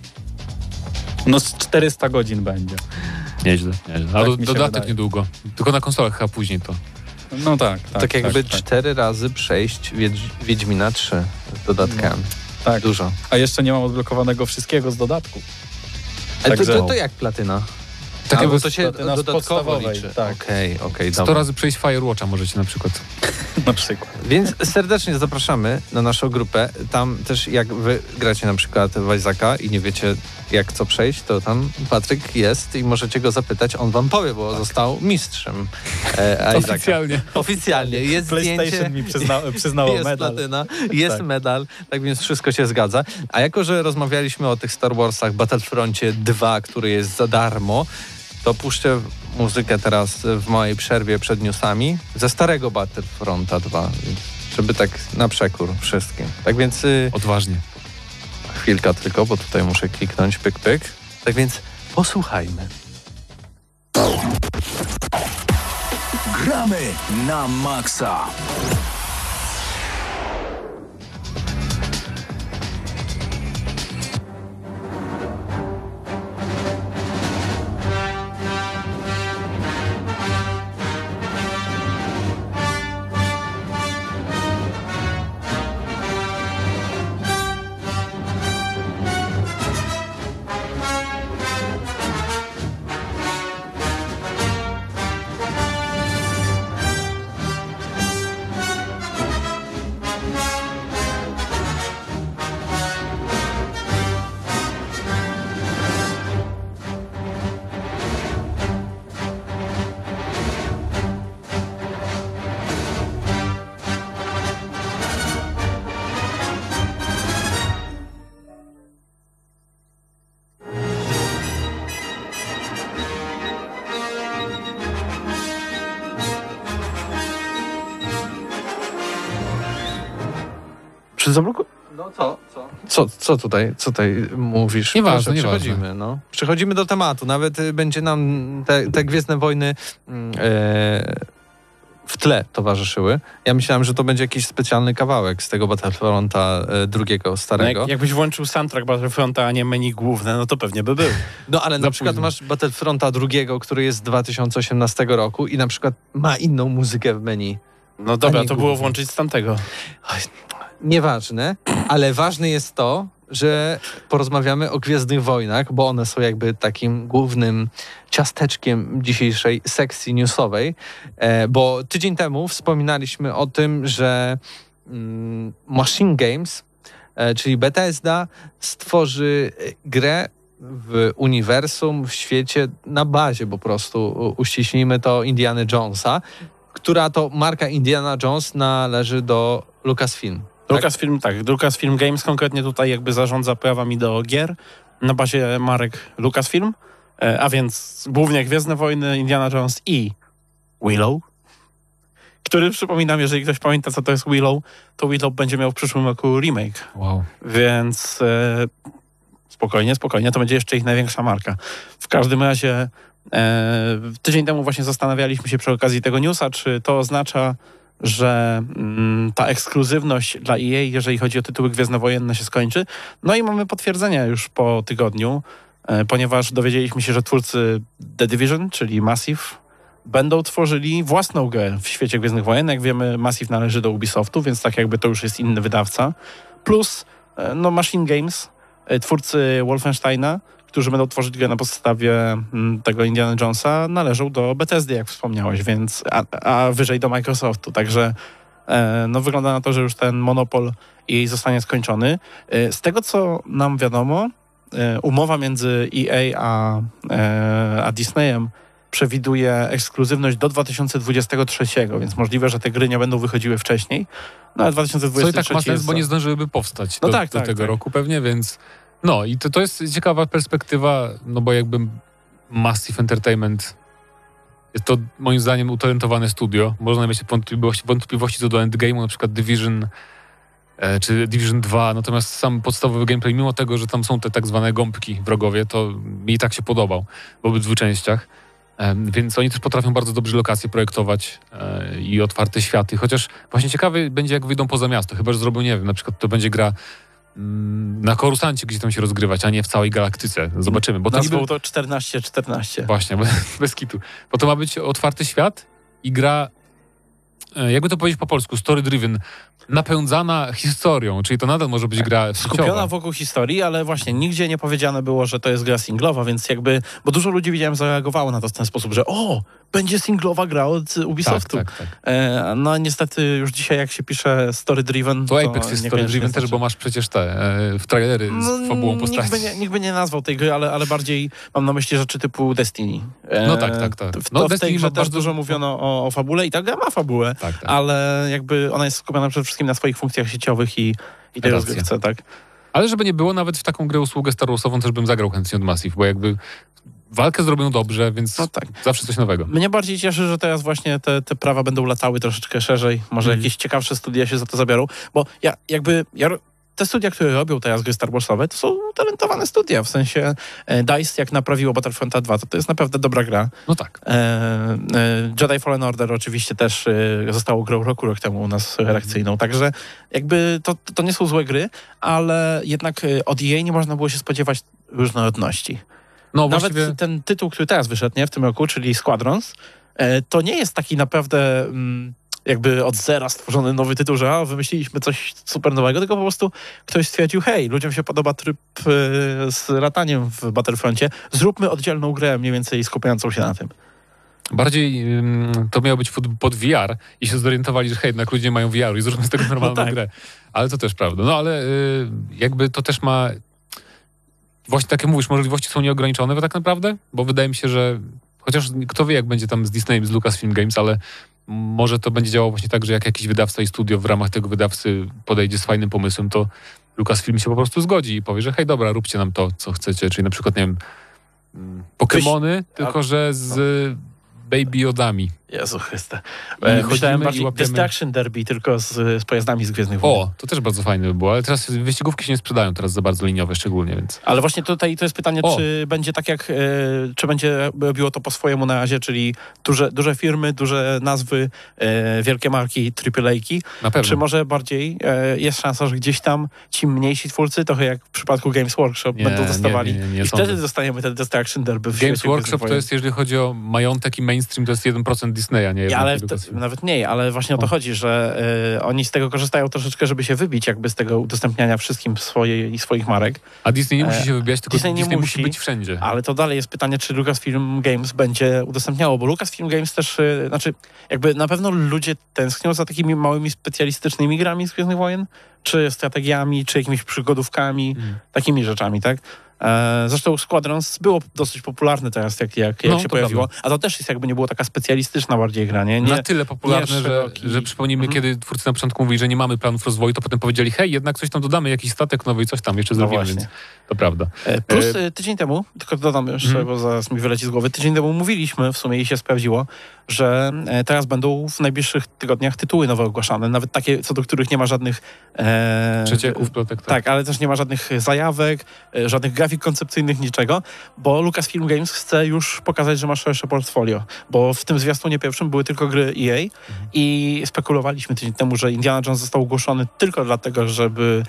E: no z czterysta godzin będzie.
D: Nieźle, nieźle. A
E: Tak
D: do,
E: mi się
D: dodatek
E: wydaje.
D: niedługo. Tylko na konsolach chyba później to.
E: No tak, tak.
C: Tak, jakby
E: tak,
C: cztery razy przejść Wiedź, Wiedźmina trzy z dodatkami.
E: tak.
C: Dużo.
E: A jeszcze nie mam odblokowanego wszystkiego z dodatku.
C: Ale to,
E: Także-
C: to, to jak platyna?
D: Tak
C: A,
D: jakby
C: bo to się
E: platyna z
C: dodatkowo
E: podstawowej,
C: liczy.
E: tak.
C: Okej, okej,
D: sto
C: dobra.
D: razy przejść Firewatcha możecie na przykład.
E: Na przykład.
C: Więc serdecznie zapraszamy na naszą grupę. Tam też jak wy gracie na przykład w Isaaca i nie wiecie jak co przejść, to tam Patryk jest i możecie go zapytać, on wam powie, bo został mistrzem e, Isaaca.
D: Oficjalnie.
C: Oficjalnie. Jest
E: PlayStation
C: zdjęcie,
E: mi przyzna, przyznało
C: jest
E: medal.
C: platyna, jest
E: Tak.
C: medal, tak więc wszystko się zgadza. A jako, że rozmawialiśmy o tych Star Warsach, Battlefroncie dwa, który jest za darmo, to puszczę muzykę teraz w mojej przerwie przed newsami ze starego Battlefronta dwa, żeby tak na przekór wszystkim. Tak więc y,
D: Odważnie.
C: chwilka tylko, bo tutaj muszę kliknąć pyk pyk. Tak więc posłuchajmy.
B: Gramy na maksa.
F: Zabloku...
C: No co, co? Co, co tutaj, co tutaj mówisz?
D: Nieważne,
C: Proszę,
D: nieważne.
C: Przechodzimy, no. Przechodzimy do tematu. Nawet y, będzie nam te, te Gwiezdne Wojny mm, e, w tle towarzyszyły. Ja myślałem, że to będzie jakiś specjalny kawałek z tego Battlefronta e, drugiego,
F: No
C: starego.
F: jak, jakbyś włączył soundtrack Battlefronta, a nie menu główne, no to pewnie by był.
C: No ale
D: Za
C: na przykład
D: późno.
C: masz Battlefronta drugiego, który jest z dwa tysiące osiemnastego roku i na przykład ma inną muzykę w menu.
F: No dobra,
C: nie
F: to było
C: główne.
F: włączyć z tamtego.
C: Oj, nieważne, ale ważne jest to, że porozmawiamy o Gwiezdnych Wojnach, bo one są jakby takim głównym ciasteczkiem dzisiejszej sekcji newsowej, e, bo tydzień temu wspominaliśmy o tym, że mm, Machine Games, e, czyli Bethesda, stworzy grę w uniwersum, w świecie, na bazie po prostu, u- uściślimy to, Indiana Jonesa, która to marka Indiana Jones należy do Lucasfilm. Tak?
F: Lucasfilm, tak. Lucasfilm Games konkretnie tutaj jakby zarządza prawami do gier na bazie marek Lucasfilm, e, a więc głównie Gwiezdne Wojny, Indiana Jones i Willow, który, przypominam, jeżeli ktoś pamięta, co to jest Willow, to Willow będzie miał w przyszłym roku remake,
D: Wow.
F: więc e, spokojnie, spokojnie, to będzie jeszcze ich największa marka. W każdym razie e, tydzień temu właśnie zastanawialiśmy się przy okazji tego newsa, czy to oznacza, że mm, ta ekskluzywność dla E A, jeżeli chodzi o tytuły gwiezdnowojenne, się skończy. No i mamy potwierdzenia już po tygodniu, e, ponieważ dowiedzieliśmy się, że twórcy The Division, czyli Massive, będą tworzyli własną grę w świecie Gwiezdnych Wojen. Jak wiemy, Massive należy do Ubisoftu, więc tak jakby to już jest inny wydawca. Plus e, no Machine Games, e, twórcy Wolfensteina, którzy będą tworzyć grę na podstawie mm, tego Indiana Jonesa, należą do Bethesdy, jak wspomniałeś, więc a, a wyżej do Microsoftu. Także e, no, wygląda na to, że już ten monopol jej zostanie skończony. E, z tego, co nam wiadomo, e, umowa między E A a, e, a Disneyem przewiduje ekskluzywność do dwa tysiące dwudziestego trzeciego, więc możliwe, że te gry nie będą wychodziły wcześniej. No ale
D: Co i
F: dwa tysiące dwudziesty
D: tak
F: trzeci
D: ma sens,
F: jest
D: bo
F: za-
D: nie zdążyłyby powstać
F: No
D: do,
F: tak,
D: do
F: tak,
D: tego
F: tak.
D: roku pewnie, więc no i to, to jest ciekawa perspektywa, no bo jakby Massive Entertainment jest to moim zdaniem utalentowane studio. Można mieć wątpliwości, wątpliwości co do Endgame'u, na przykład Division e, czy Division dwa, natomiast sam podstawowy gameplay, mimo tego, że tam są te tak zwane gąbki wrogowie, to mi i tak się podobał w obydwu częściach. E, więc oni też potrafią bardzo dobrze lokacje projektować e, i otwarte światy, chociaż właśnie ciekawy będzie, jak wyjdą poza miasto, chyba że zrobią, nie wiem, na przykład to będzie gra mm, na Korusancie, gdzie tam się rozgrywać, a nie w całej galaktyce. Zobaczymy. Bo to
F: Nazwą
D: niby...
F: to czternaście czternaście.
D: Właśnie, bez, bez kitu. Bo to ma być otwarty świat i gra, e, jakby to powiedzieć po polsku, story-driven, napędzana historią, czyli to nadal może być gra
F: Skupiona
D: sieciowa.
F: wokół historii, ale właśnie nigdzie nie powiedziane było, że to jest gra singlowa, więc jakby, bo dużo ludzi widziałem zareagowało na to w ten sposób, że o, będzie singlowa gra od Ubisoftu.
D: Tak, tak, tak.
F: E, no niestety już dzisiaj jak się pisze story driven,
D: To Apex jest
F: niekoniecznie
D: story-driven też,
F: znaczy-
D: bo masz przecież te e, w trailery z fabułą
F: No,
D: postaci.
F: nikt by, nie, nikt by nie nazwał tej gry, ale, ale bardziej mam na myśli rzeczy typu Destiny. E,
D: No tak, tak, tak.
F: W,
D: No,
F: to w
D: Destiny
F: tej grze
D: ma
F: też
D: bardzo-
F: dużo mówiono o, o fabule i ta gra ma fabułę,
D: Tak, tak.
F: ale jakby ona jest skupiona przede wszystkim na swoich funkcjach sieciowych i, i tej
D: Racja.
F: rozgrywce, tak?
D: Ale żeby nie było, nawet w taką grę usługę Star Warsową też bym zagrał chętnie od Massive, bo jakby walkę zrobią dobrze, więc
F: No tak.
D: zawsze coś nowego.
F: Mnie bardziej cieszy, że teraz właśnie te, te prawa będą latały troszeczkę szerzej. Może
D: Mhm.
F: jakieś ciekawsze studia się za to zabiorą, bo ja jakby... Ja, ro- te studia, które robią teraz gry Star Warsowe, to są talentowane studia, w sensie e, DICE jak naprawiło Battlefronta dwa, to to jest naprawdę dobra gra.
D: No tak.
F: E, e, Jedi Fallen Order oczywiście też e, zostało grą roku rok temu u nas redakcyjną, także jakby to, to nie są złe gry, ale jednak e, od E A nie można było się spodziewać różnorodności.
D: No
F: Nawet
D: właściwie...
F: ten tytuł, który teraz wyszedł, nie, w tym roku, czyli Squadrons, e, to nie jest taki naprawdę mm, jakby od zera stworzony nowy tytuł, że a, wymyśliliśmy coś super nowego, tylko po prostu ktoś stwierdził, hej, ludziom się podoba tryb e, z lataniem w Battlefroncie, zróbmy oddzielną grę mniej więcej skupiającą się na tym.
D: Bardziej ym, to miało być pod, pod V R i się zorientowali, że hej, jednak ludzie mają V R i zróbmy z tego normalną
F: No tak.
D: grę. Ale to też prawda. No ale y, jakby to też ma... Właśnie tak jak mówisz, możliwości są nieograniczone tak naprawdę, bo wydaje mi się, że chociaż kto wie, jak będzie tam z Disneyem, z Lucasfilm Games, ale może to będzie działało właśnie tak, że jak jakiś wydawca i studio w ramach tego wydawcy podejdzie z fajnym pomysłem, to Lucasfilm się po prostu zgodzi i powie, że hej, dobra, róbcie nam to, co chcecie. Czyli na przykład, nie wiem, mm, Pokemony, tylko że z Baby Yodami.
F: Jezu Chryste.
D: I
F: E,
D: chodzimy
F: Myślałem
D: i
F: bardziej
D: łapiemy-
F: Destruction Derby, tylko z, z pojazdami z Gwiezdnych Wojen.
D: O, to też bardzo fajne by było, ale teraz wyścigówki się nie sprzedają teraz za bardzo liniowe szczególnie, więc...
F: Ale właśnie tutaj to jest pytanie,
D: O.
F: czy będzie tak jak, e, czy będzie robiło to po swojemu na razie, czyli duże, duże firmy, duże nazwy, e, wielkie marki, triple A-ki,
D: Na pewno.
F: czy może bardziej e, jest szansa, że gdzieś tam ci mniejsi twórcy, trochę jak w przypadku Games Workshop,
D: Nie,
F: będą
D: nie,
F: dostawali
D: nie, nie, nie
F: i
D: sądzę.
F: wtedy dostaniemy ten Destruction Derby w
D: Games
F: świecie
D: Workshop
F: Gwiezdnych
D: to jest, jeżeli chodzi o majątek i mainstream, to jest jeden procent Disneya, nie
F: Ja,
D: jeden
F: ale
D: tylko
F: w
D: z-
F: te, nawet mniej, ale właśnie o to
D: O.
F: chodzi, że y, oni z tego korzystają troszeczkę, żeby się wybić jakby z tego udostępniania wszystkim swojej i swoich marek,
D: A Disney nie musi
F: E,
D: się wybijać, tylko
F: Disney
D: Disney,
F: nie
D: musi
F: musi,
D: być wszędzie.
F: ale to dalej jest pytanie, czy Lucasfilm Games będzie udostępniało, bo Lucasfilm Games też, y, znaczy jakby na pewno ludzie tęsknią za takimi małymi specjalistycznymi grami z Gwiezdnych Wojen, czy strategiami, czy jakimiś przygodówkami,
D: Mm.
F: takimi rzeczami, tak? E, zresztą Squadrons było dosyć popularne teraz, jak, jak, jak
D: No,
F: się
D: to
F: pojawiło, a to też jest jakby nie było taka specjalistyczna bardziej gra, nie? nie
D: Na tyle popularne,
F: nie
D: że,
F: szeroki.
D: że przypomnijmy,
F: Mhm.
D: kiedy twórcy na początku mówili, że nie mamy planów rozwoju, to potem powiedzieli, hej, jednak coś tam dodamy, jakiś statek nowy i coś tam jeszcze
F: No
D: zrobimy,
F: właśnie.
D: więc to prawda.
F: E, Plus
D: E,
F: e, tydzień temu, tylko dodam jeszcze,
D: Mhm.
F: bo zaraz mi wyleci z głowy, tydzień temu mówiliśmy w sumie i się sprawdziło, że e, teraz będą w najbliższych tygodniach tytuły nowe ogłaszane, nawet takie, co do których nie ma żadnych... E,
D: Przecieków, plotek, tak.
F: Tak, ale też nie ma żadnych zajawek, e, żadnych grafik koncepcyjnych, niczego, bo Lucasfilm Games chce już pokazać, że ma szersze portfolio, bo w tym zwiastunie pierwszym były tylko gry E A i spekulowaliśmy tydzień temu, że Indiana Jones został ogłoszony tylko dlatego, żeby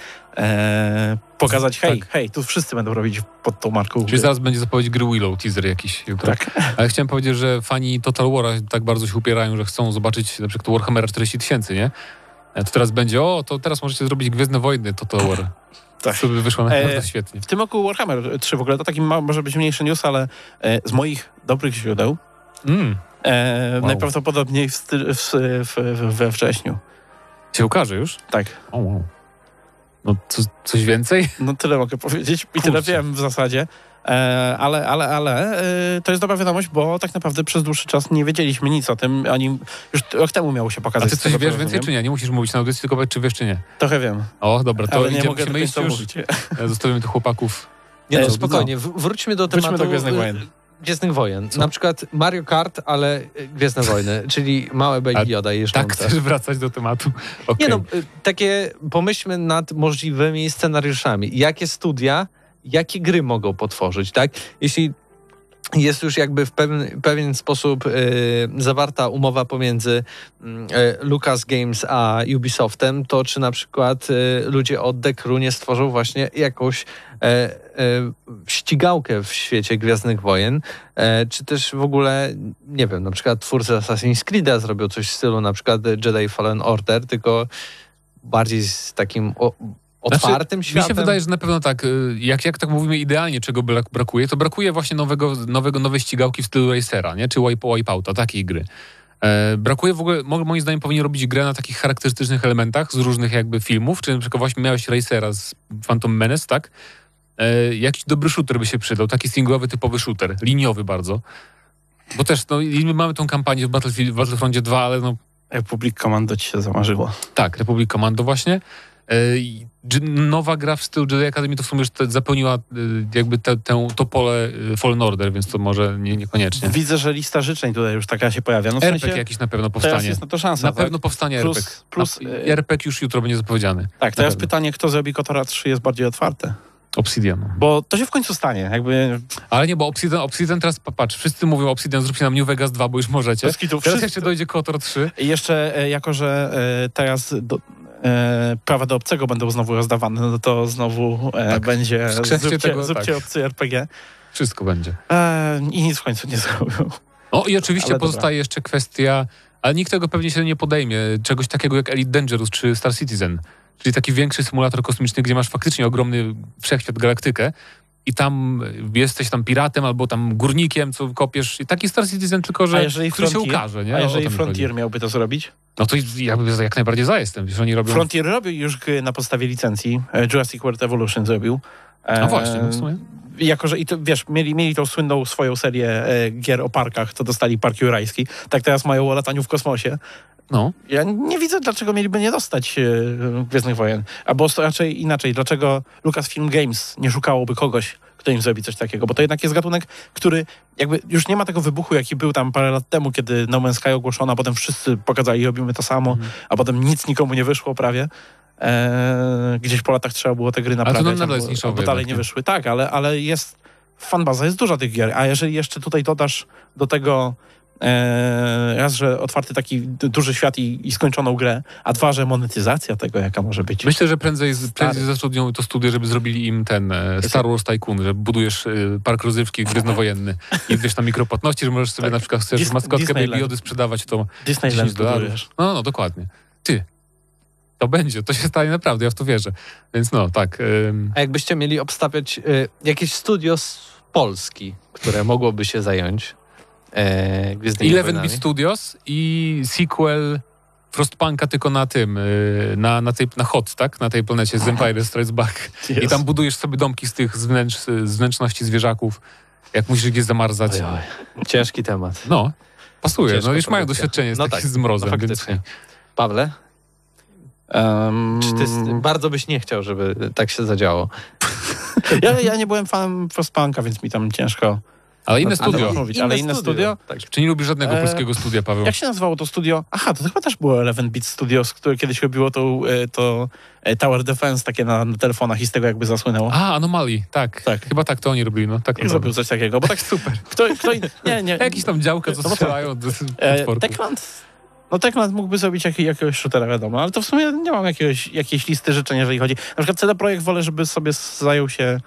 F: e, pokazać, hej,
D: Tak.
F: hej, tu wszyscy będą robić pod tą marką
D: Czyli
F: gry.
D: zaraz będzie zapowiedź gry Willow, teaser jakiś jutro.
F: Tak.
D: Ale chciałem powiedzieć, że fani Total War'a tak bardzo się upierają, że chcą zobaczyć na przykład Warhammera czterdzieści tysięcy, nie? E, To teraz będzie, o, to teraz możecie zrobić Gwiezdne Wojny Total War.
F: Tak.
D: To by wyszło
F: E,
D: naprawdę świetnie.
F: W tym roku Warhammer trzy w ogóle, to taki ma, może być mniejszy news, ale e, z moich dobrych źródeł
D: Mm,
F: e,
D: Wow.
F: najprawdopodobniej w, sty- w, w, w, we wrześniu.
D: się ukaże już?
F: Tak.
D: O, wow. No co, coś więcej?
F: No tyle mogę powiedzieć i tyle
D: Kurczę.
F: wiem w zasadzie. E, ale, ale, ale e, to jest dobra wiadomość, bo tak naprawdę przez dłuższy czas nie wiedzieliśmy nic o tym. Oni już rok temu miało się
D: A
F: pokazać.
D: ty
F: z
D: coś
F: tego, co
D: wiesz więcej,
F: rozumiem.
D: czy nie? Nie musisz mówić na audycji, tylko powiedz, czy wiesz, czy nie.
F: Trochę wiem,
D: O, dobra, to
F: ale nie
D: idziemy,
F: mogę do
D: musimy iść
F: końca
D: już.
F: mówić.
D: E, Zostawimy tych chłopaków.
C: Nie no,
F: E,
C: spokojnie, w- wróćmy do
F: Wróćmy
C: tematu
F: do Gwiezdnych
C: y,
F: Wojen.
C: Gwiezdnych Wojen. Na przykład Mario Kart, ale y, Gwiezdne Wojny, czyli małe Baby
D: A
C: Yoda
D: Tak,
C: jeżdżące.
D: chcesz wracać do tematu? Okej.
C: Nie no, y, takie pomyślmy nad możliwymi scenariuszami. Jakie studia, jakie gry mogą potworzyć, tak? Jeśli jest już jakby w pewien, pewien sposób y, zawarta umowa pomiędzy y, Lucas Games a Ubisoftem, to czy na przykład y, ludzie od The Crew nie stworzą właśnie jakąś e, e, ścigałkę w świecie Gwiezdnych Wojen, e, czy też w ogóle, nie wiem, na przykład twórcy Assassin's Creed'a zrobią coś w stylu na przykład Jedi Fallen Order, tylko bardziej z takim o, otwartym
D: Znaczy,
C: światem.
D: Mi się wydaje, że na pewno tak, y, jak, jak tak mówimy idealnie, czego brak- brakuje, to brakuje właśnie nowego, nowego, nowej ścigałki w stylu Racera, nie? Czy wipe, Wipeouta, takiej gry. E, brakuje w ogóle, mo- moim zdaniem powinni robić grę na takich charakterystycznych elementach z różnych jakby filmów, czy na przykład właśnie miałeś Racera z Phantom Menace, tak? E, jakiś dobry shooter by się przydał, taki singlowy, typowy shooter, liniowy bardzo. Bo też, no i my mamy tą kampanię w Battlefield, w Battlefroncie dwa, ale no
F: Republic Commando ci się zamarzyło.
D: tak, Republic Commando właśnie. E, i dż- Nowa gra w stylu Jedi Academy to w sumie już te, zapełniła e, jakby te, tę, to pole e, Fallen Order, więc to może nie, niekoniecznie.
F: Widzę, że lista życzeń tutaj już taka się pojawia. No w
D: R P G
F: sensie,
D: jakiś na pewno
F: teraz
D: powstanie.
F: jest na to szansa,
D: Na
F: tak?
D: pewno powstanie
F: Plus-
D: R P G.
F: plus,
D: Na,
F: e,
D: R P G już jutro będzie zapowiedziany.
F: Tak, teraz
D: pewno.
F: pytanie, kto zrobi Kotora trzy jest bardziej otwarte.
D: Obsidian.
F: Bo to się w końcu stanie. Jakby
D: Ale nie, bo Obsidian, Obsidian teraz, patrz, wszyscy mówią Obsidian, zróbcie nam New Vegas dwa, bo już możecie.
F: Bez kitu,
D: Teraz
F: wszyscy-
D: jeszcze dojdzie KOTOR trzy.
F: I jeszcze e, jako, że e, teraz do, e, prawa do obcego będą znowu rozdawane, no to znowu e,
D: Tak.
F: będzie
D: Wskrzeszcie
F: zróbcie,
D: tego,
F: zróbcie
D: tak.
F: obcy R P G.
D: Wszystko będzie.
F: E, I nic w końcu nie zrobią.
D: O i oczywiście
F: Ale dobra.
D: pozostaje jeszcze kwestia, ale nikt tego pewnie się nie podejmie, czegoś takiego jak Elite Dangerous czy Star Citizen, czyli taki większy symulator kosmiczny, gdzie masz faktycznie ogromny wszechświat, galaktykę i tam jesteś tam piratem albo tam górnikiem, co kopiesz. I taki Star Citizen, tylko
F: A
D: że
F: jeżeli
D: który się
F: Frontier?
D: ukaże. Nie?
F: A
D: O
F: jeżeli
D: to mi
F: Frontier
D: chodzi.
F: miałby to zrobić?
D: No to ja bym jak najbardziej za jestem, wiesz, oni robią...
F: Frontier robił już gry na podstawie licencji. E, Jurassic World Evolution zrobił. E,
D: No właśnie, no w sumie.
F: Jako, że i to, wiesz, mieli, mieli tą słynną swoją serię e, gier o parkach, to dostali Park Jurajski. Tak teraz mają o lataniu w kosmosie.
D: No.
F: Ja nie widzę, dlaczego mieliby nie dostać e, Gwiezdnych Wojen. Albo raczej inaczej, dlaczego Lucasfilm Games nie szukałoby kogoś, kto im zrobi coś takiego, bo to jednak jest gatunek, który jakby już nie ma tego wybuchu, jaki był tam parę lat temu, kiedy No Man's Sky ogłoszono, a potem wszyscy pokazali, robimy to samo,
D: Mhm.
F: a potem nic nikomu nie wyszło prawie. Eee, gdzieś po latach trzeba było te gry naprawiać,
D: to nadal
F: albo,
D: jest niszowe
F: albo dalej
D: jednak,
F: nie
D: nie?
F: wyszły. Tak, ale, ale jest fanbaza, jest dużo tych gier, a jeżeli jeszcze tutaj dodasz do tego eee, raz, że otwarty taki d- duży świat i, i skończoną grę, a dwa, że monetyzacja tego, jaka może być.
D: Myślę, że prędzej, prędzej zatrudnią to studio, żeby zrobili im ten e, Star Wars Tycoon, że budujesz e, park rozrywki gwiezdnowojenny i wiesz na mikropłatności, że możesz sobie
F: Tak.
D: na przykład chcesz
F: Dis-
D: maskotkę
F: Disneyland.
D: Baby Jody sprzedawać, to
F: Disneyland
D: dziesięć dolarów.
F: budujesz.
D: No, no, dokładnie. Ty. To będzie, to się stanie naprawdę, ja w to wierzę. Więc no, tak. Ym,
C: A jakbyście mieli obstawiać y, jakieś studio z Polski, które mogłoby się zająć e, Gwiezdnymi
D: Eleven
C: Wojnami?
D: Beat Studios i sequel Frostpunka tylko na tym, y, na, na, tej, na Hot, tak? Na tej planecie z Empire Strikes Back.
F: Yes.
D: I tam budujesz sobie domki z tych znęcz, z wnętrzności zwierzaków, jak musisz gdzieś zamarzać.
C: Oj, oj. Ciężki temat.
D: No, pasuje.
C: Ciężka
D: No już mają
C: produkcja.
D: doświadczenie z,
C: No
D: takich
C: tak,
D: z mrozem,
C: no
D: więc
C: faktycznie. Pawle,
F: Um,
C: czy ty s- bardzo byś nie chciał, żeby tak się zadziało?
F: ja, ja nie byłem fanem Frostpunka, więc mi tam ciężko
D: ale inne
F: ale-
D: studio.
F: mówić, ale inne studio?
C: Tak.
D: Czy nie lubisz żadnego
F: E,
D: polskiego studia, Paweł?
F: Jak się nazywało to studio? Aha, to chyba też było Eleven Beat Studios, które kiedyś robiło to, e, to e, Tower Defense takie na, na telefonach i z tego jakby zasłynęło.
D: A, Anomalii, tak.
F: Tak.
D: Chyba tak to oni robili, no. Tak
F: Jak
D: to
F: zrobił coś takiego, bo tak super. Kto, kto in... Nie, nie.
D: Jakieś tam działka, co
F: No bo to-
D: strzelają do
F: E,
D: potworków.
F: Techland? No Techland mógłby zrobić jak, jakiegoś shootera, wiadomo, ale to w sumie nie mam jakiegoś, jakiejś listy życzeń, jeżeli chodzi. Na przykład C D Projekt wolę, żeby sobie zajął się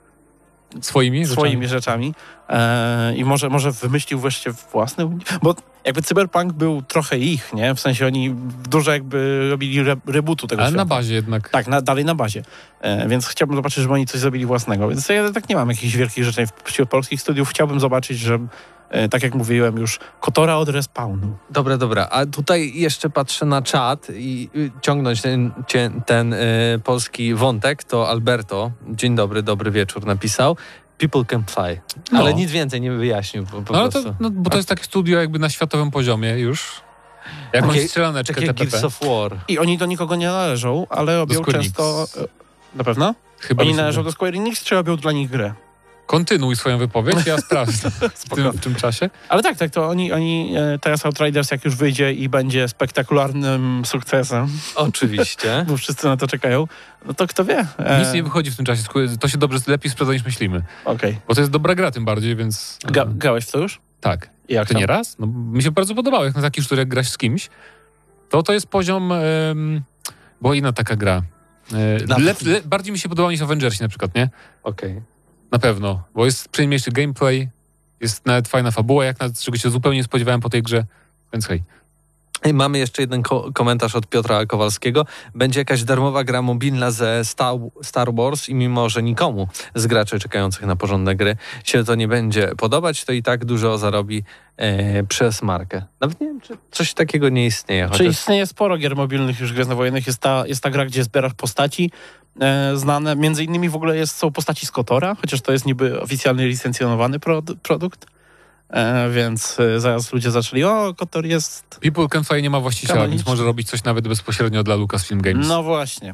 D: Swoimi
F: swoimi
D: rzeczami.
F: rzeczami e, i może, może wymyślił wreszcie własny, uni- bo jakby Cyberpunk był trochę ich, nie? W sensie oni dużo jakby robili re, rebootu tego
D: Ale
F: świata.
D: na bazie jednak.
F: Tak, na, dalej na bazie. E, więc chciałbym zobaczyć, żeby oni coś zrobili własnego. Więc ja tak nie mam jakichś wielkich życzeń wśród polskich studiów. Chciałbym zobaczyć, że e, tak jak mówiłem już, Kotora od Respawnu.
C: Dobra, dobra. A tutaj jeszcze patrzę na czat i y, ciągnąć ten, cie- ten y, polski wątek, to Alberto, dzień dobry, dobry wieczór, napisał. People can fly.
D: No.
C: Ale nic więcej nie wyjaśnił po, po
D: No ale
C: prostu.
D: to, no, bo to jest takie studio jakby na światowym poziomie już. Jakąś
C: Takie-
D: strzelaneczkę
C: Takie
D: T P
C: Gears
D: P.
C: of War.
F: I oni do nikogo nie należą, ale robią
D: Square
F: często...
D: Enix.
F: e, Na pewno?
D: Chyba
F: Oni
D: mi się
F: należą
D: wydaje.
F: do Square Enix, czy robią dla nich grę?
D: Kontynuuj swoją wypowiedź, ja sprawdzę w tym, w tym czasie.
F: Ale tak, tak, to oni, oni e, teraz Outriders jak już wyjdzie i będzie spektakularnym sukcesem,
C: Oczywiście.
F: bo wszyscy na to czekają, no to kto wie. E,
D: Nic nie wychodzi w tym czasie, to się dobrze, lepiej sprawdza niż myślimy.
F: Okej.
D: Bo to jest dobra gra tym bardziej, więc...
F: Ga-
D: e,
F: Grałeś w to już?
D: tak.
F: I jak
D: To
F: tam?
D: nie raz? No, mi się bardzo podobało, jak na taki sztuczek jak grasz z kimś, to to jest poziom, em, bo inna taka gra. E,
C: Na-
D: le, le, bardziej mi się podobało niż Avengersi na przykład, nie?
C: Okej.
D: Na pewno, bo jest przyjemniejszy gameplay, jest nawet fajna fabuła, jak na czego się zupełnie nie spodziewałem po tej grze, więc hej.
C: I mamy jeszcze jeden ko- komentarz od Piotra Kowalskiego. Będzie jakaś darmowa gra mobilna ze Star, Star Wars i mimo, że nikomu z graczy czekających na porządne gry się to nie będzie podobać, to i tak dużo zarobi e, przez markę. Nawet nie wiem, czy coś takiego nie istnieje.
F: Czy
C: Chociaż...
F: istnieje sporo gier mobilnych już gwiezdnowojennych? Jest ta, jest ta gra, gdzie zbierasz postaci e, znane. Między innymi w ogóle jest, są postaci z Kotora, chociaż to jest niby oficjalnie licencjonowany prod, produkt. E, więc e, zaraz ludzie zaczęli, o, Kotor jest...
D: People Can Fly nie ma właściciela,
F: Kanoniczny.
D: więc może robić coś nawet bezpośrednio dla Lucasfilm Games.
F: No właśnie.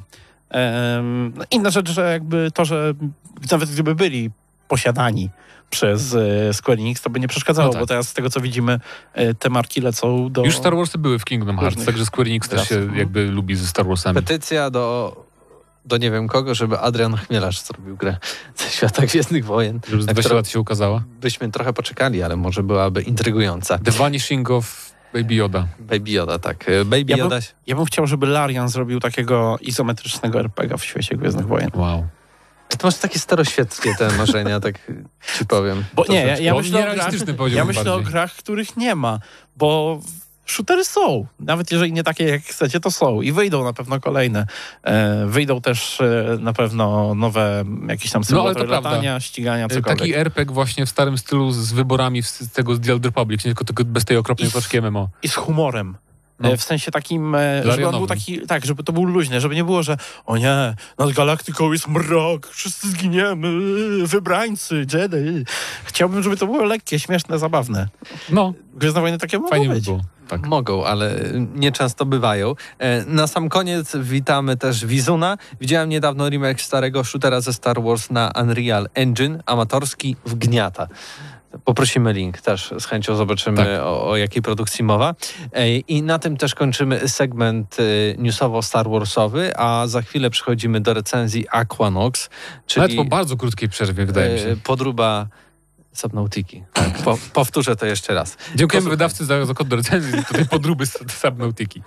F: Em, no inna rzecz, że jakby to, że nawet gdyby byli posiadani przez e, Square Enix, to by nie przeszkadzało,
D: No tak.
F: bo teraz z tego, co widzimy, e, te marki lecą do...
D: Już Star Warsy były w Kingdom Hearts,
F: różnych
D: także Square Enix też się
F: grafów.
D: jakby lubi ze Star Warsami.
C: Petycja do, do nie wiem kogo, żeby Adrian Chmielarz zrobił grę ze świata Gwiezdnych Wojen.
D: Żeby z
C: na
D: dwadzieścia
C: którą
D: lat się ukazała.
C: byśmy trochę poczekali, ale może byłaby intrygująca.
D: The Vanishing of Baby Yoda.
C: Baby Yoda, tak. Baby
F: Ja bym-
C: Yoda...
F: Ja bym chciał, żeby Larian zrobił takiego izometrycznego er pe gie w świecie Gwiezdnych Wojen.
D: Wow.
C: To masz takie staroświeckie te marzenia, tak ci powiem.
F: Bo
C: To
F: nie, ja,
C: znaczy-
F: ja
D: Bo
F: myślę, o grach,
D: nierealistyczny powiedziałbym
F: ja myślę o
D: bardziej.
F: grach, których nie ma, bo shootery są. Nawet jeżeli nie takie, jak chcecie, to są. I wyjdą na pewno kolejne. E, wyjdą też e, na pewno nowe jakieś tam
D: No, ale to
F: symulatory
D: prawda.
F: latania, ścigania, cokolwiek.
D: Taki er pe gie właśnie w starym stylu z wyborami z tego z The Old Republic, nie tylko, tylko bez tej okropnej
F: I z-
D: paczki M M O.
F: I z humorem.
D: No.
F: E, W sensie takim, e, żeby on był
D: Larianowym.
F: taki, tak, żeby to był luźny, żeby nie było, że o nie, nad galaktyką jest mrok, wszyscy zginiemy, wybrańcy, Jedi. Chciałbym, żeby to było lekkie, śmieszne, zabawne.
D: No,
F: Gwiezdne Wojny takie mogą
D: fajnie by
F: być.
D: było. Tak.
C: Mogą, ale nieczęsto bywają. E, Na sam koniec witamy też Wizuna. Widziałem niedawno remake starego shootera ze Star Wars na Unreal Engine, amatorski, wgniata. Poprosimy link też, z chęcią zobaczymy
D: Tak.
C: o, o jakiej produkcji mowa. E, I na tym też kończymy segment e, newsowo-Star Warsowy, a za chwilę przechodzimy do recenzji Aquanox,
D: Nawet
C: czyli
D: po bardzo krótkiej przerwie, wydaje mi
C: e,
D: się.
C: podróba Subnautiki. Tak, po, powtórzę to jeszcze raz.
D: Dziękujemy
C: Posłuchaj.
D: wydawcy za, za kod do recenzji, tutaj podróby z Subnautiki.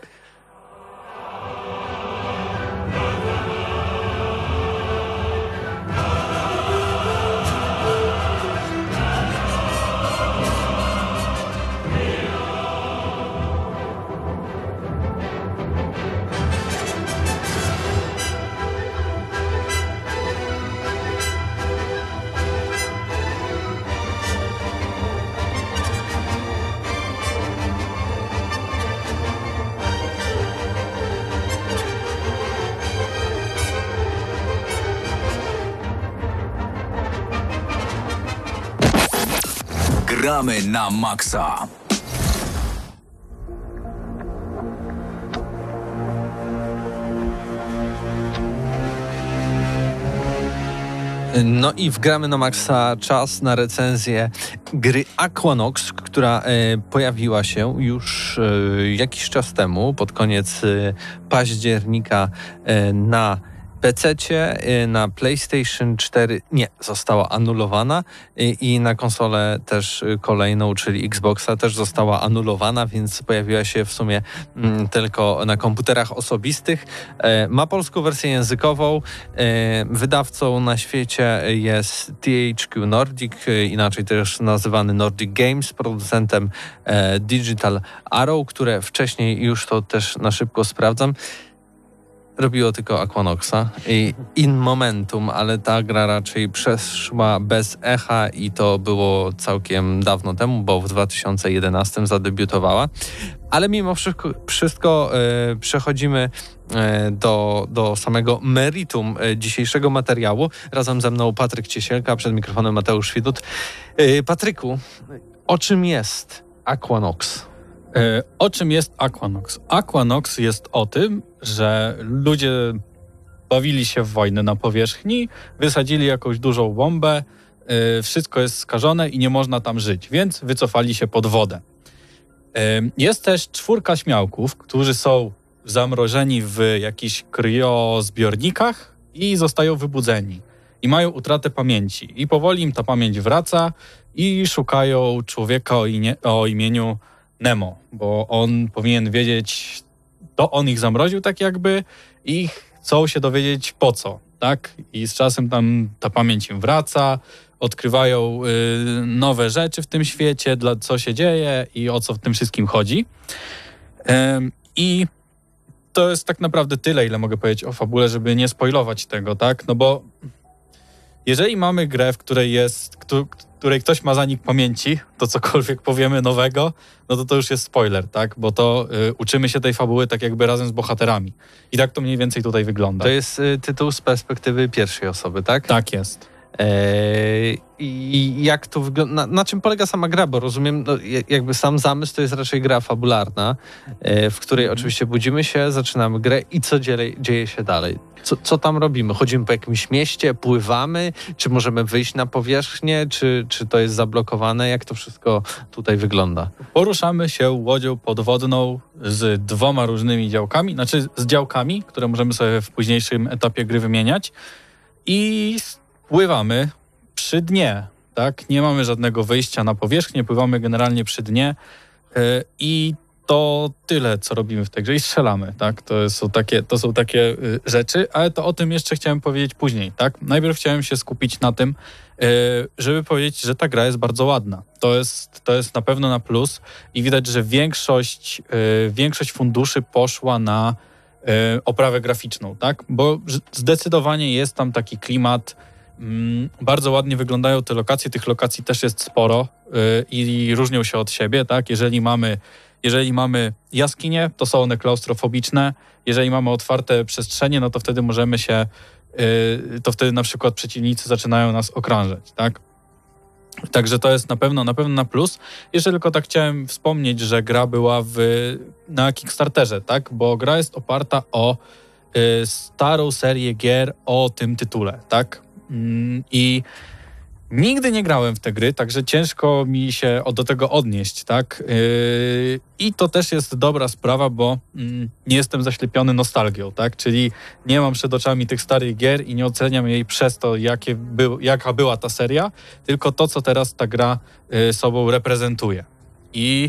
B: Gramy na maksa.
C: No i wgramy na maksa czas na recenzję gry Aquanox, która e, pojawiła się już e, jakiś czas temu, pod koniec e, października e, na pececie, e, na PlayStation cztery nie, została anulowana e, i na konsolę też e, kolejną, czyli Xboxa też została anulowana, więc pojawiła się w sumie mm, tylko na komputerach osobistych. E, ma polską wersję językową. E, wydawcą na świecie jest T H Q Nordic, e, inaczej też nazywany Nordic Games, producentem e, Digital Arrow, które wcześniej, już to też na szybko sprawdzam, robiło tylko Aquanoxa i In Momentum, ale ta gra raczej przeszła bez echa i to było całkiem dawno temu, bo w dwa tysiące jedenastym zadebiutowała. Ale mimo wszystko, wszystko e, przechodzimy e, do, do samego meritum e, dzisiejszego materiału. Razem ze mną Patryk Ciesielka, przed mikrofonem Mateusz Widut. E, Patryku, o czym jest Aquanox?
E: E, O czym jest Aquanox? Aquanox jest o tym, że ludzie bawili się w wojnę na powierzchni, wysadzili jakąś dużą bombę, e, wszystko jest skażone i nie można tam żyć, więc wycofali się pod wodę. E, Jest też czwórka śmiałków, którzy są zamrożeni w jakichś kryozbiornikach i zostają wybudzeni. I mają utratę pamięci. I powoli im ta pamięć wraca i szukają człowieka o, imię, o imieniu Nemo, bo on powinien wiedzieć, to on ich zamroził tak jakby i chcą się dowiedzieć po co, tak? I z czasem tam ta pamięć im wraca, odkrywają y, nowe rzeczy w tym świecie, dla co się dzieje i o co w tym wszystkim chodzi. Ym, I to jest tak naprawdę tyle, ile mogę powiedzieć o fabule, żeby nie spoilować tego, tak? No bo jeżeli mamy grę, w której jest, któ- której ktoś ma zanik pamięci, to cokolwiek powiemy nowego, no to to już jest spoiler, tak? Bo to y, uczymy się tej fabuły tak jakby razem z bohaterami. I tak to mniej więcej tutaj wygląda.
C: To jest y, tytuł z perspektywy pierwszej osoby, tak?
E: Tak jest.
C: Eee, I jak to wygląda? Na, na czym polega sama gra? Bo rozumiem, no, jakby sam zamysł to jest raczej gra fabularna, e, w której oczywiście budzimy się, zaczynamy grę i co dzieje, dzieje się dalej? Co, co tam robimy? Chodzimy po jakimś mieście, pływamy? Czy możemy wyjść na powierzchnię? Czy, czy to jest zablokowane? Jak to wszystko tutaj wygląda?
E: Poruszamy się łodzią podwodną z dwoma różnymi działkami, znaczy z działkami, które możemy sobie w późniejszym etapie gry wymieniać i pływamy przy dnie, tak? Nie mamy żadnego wyjścia na powierzchnię, pływamy generalnie przy dnie yy, i to tyle, co robimy w tej grze i strzelamy, tak? To są takie, to są takie yy, rzeczy, ale to o tym jeszcze chciałem powiedzieć później, tak? Najpierw chciałem się skupić na tym, yy, żeby powiedzieć, że ta gra jest bardzo ładna. To jest, to jest na pewno na plus i widać, że większość, yy, większość funduszy poszła na yy, oprawę graficzną, tak? Bo zdecydowanie jest tam taki klimat mm, bardzo ładnie wyglądają te lokacje, tych lokacji też jest sporo y, i różnią się od siebie, tak? Jeżeli mamy, jeżeli mamy jaskinie, to są one klaustrofobiczne, jeżeli mamy otwarte przestrzenie, no to wtedy możemy się, y, to wtedy na przykład przeciwnicy zaczynają nas okrążać, tak? Także to jest na pewno, na pewno na plus. Jeszcze tylko tak chciałem wspomnieć, że gra była w, na Kickstarterze, tak? Bo gra jest oparta o y, starą serię gier o tym tytule, tak? Mm, I nigdy nie grałem w te gry, także ciężko mi się do tego odnieść, tak? Yy, I to też jest dobra sprawa, bo mm, nie jestem zaślepiony nostalgią, tak? Czyli nie mam przed oczami tych starych gier i nie oceniam jej przez to, jakie był, jaka była ta seria, tylko to, co teraz ta gra y, sobą reprezentuje. I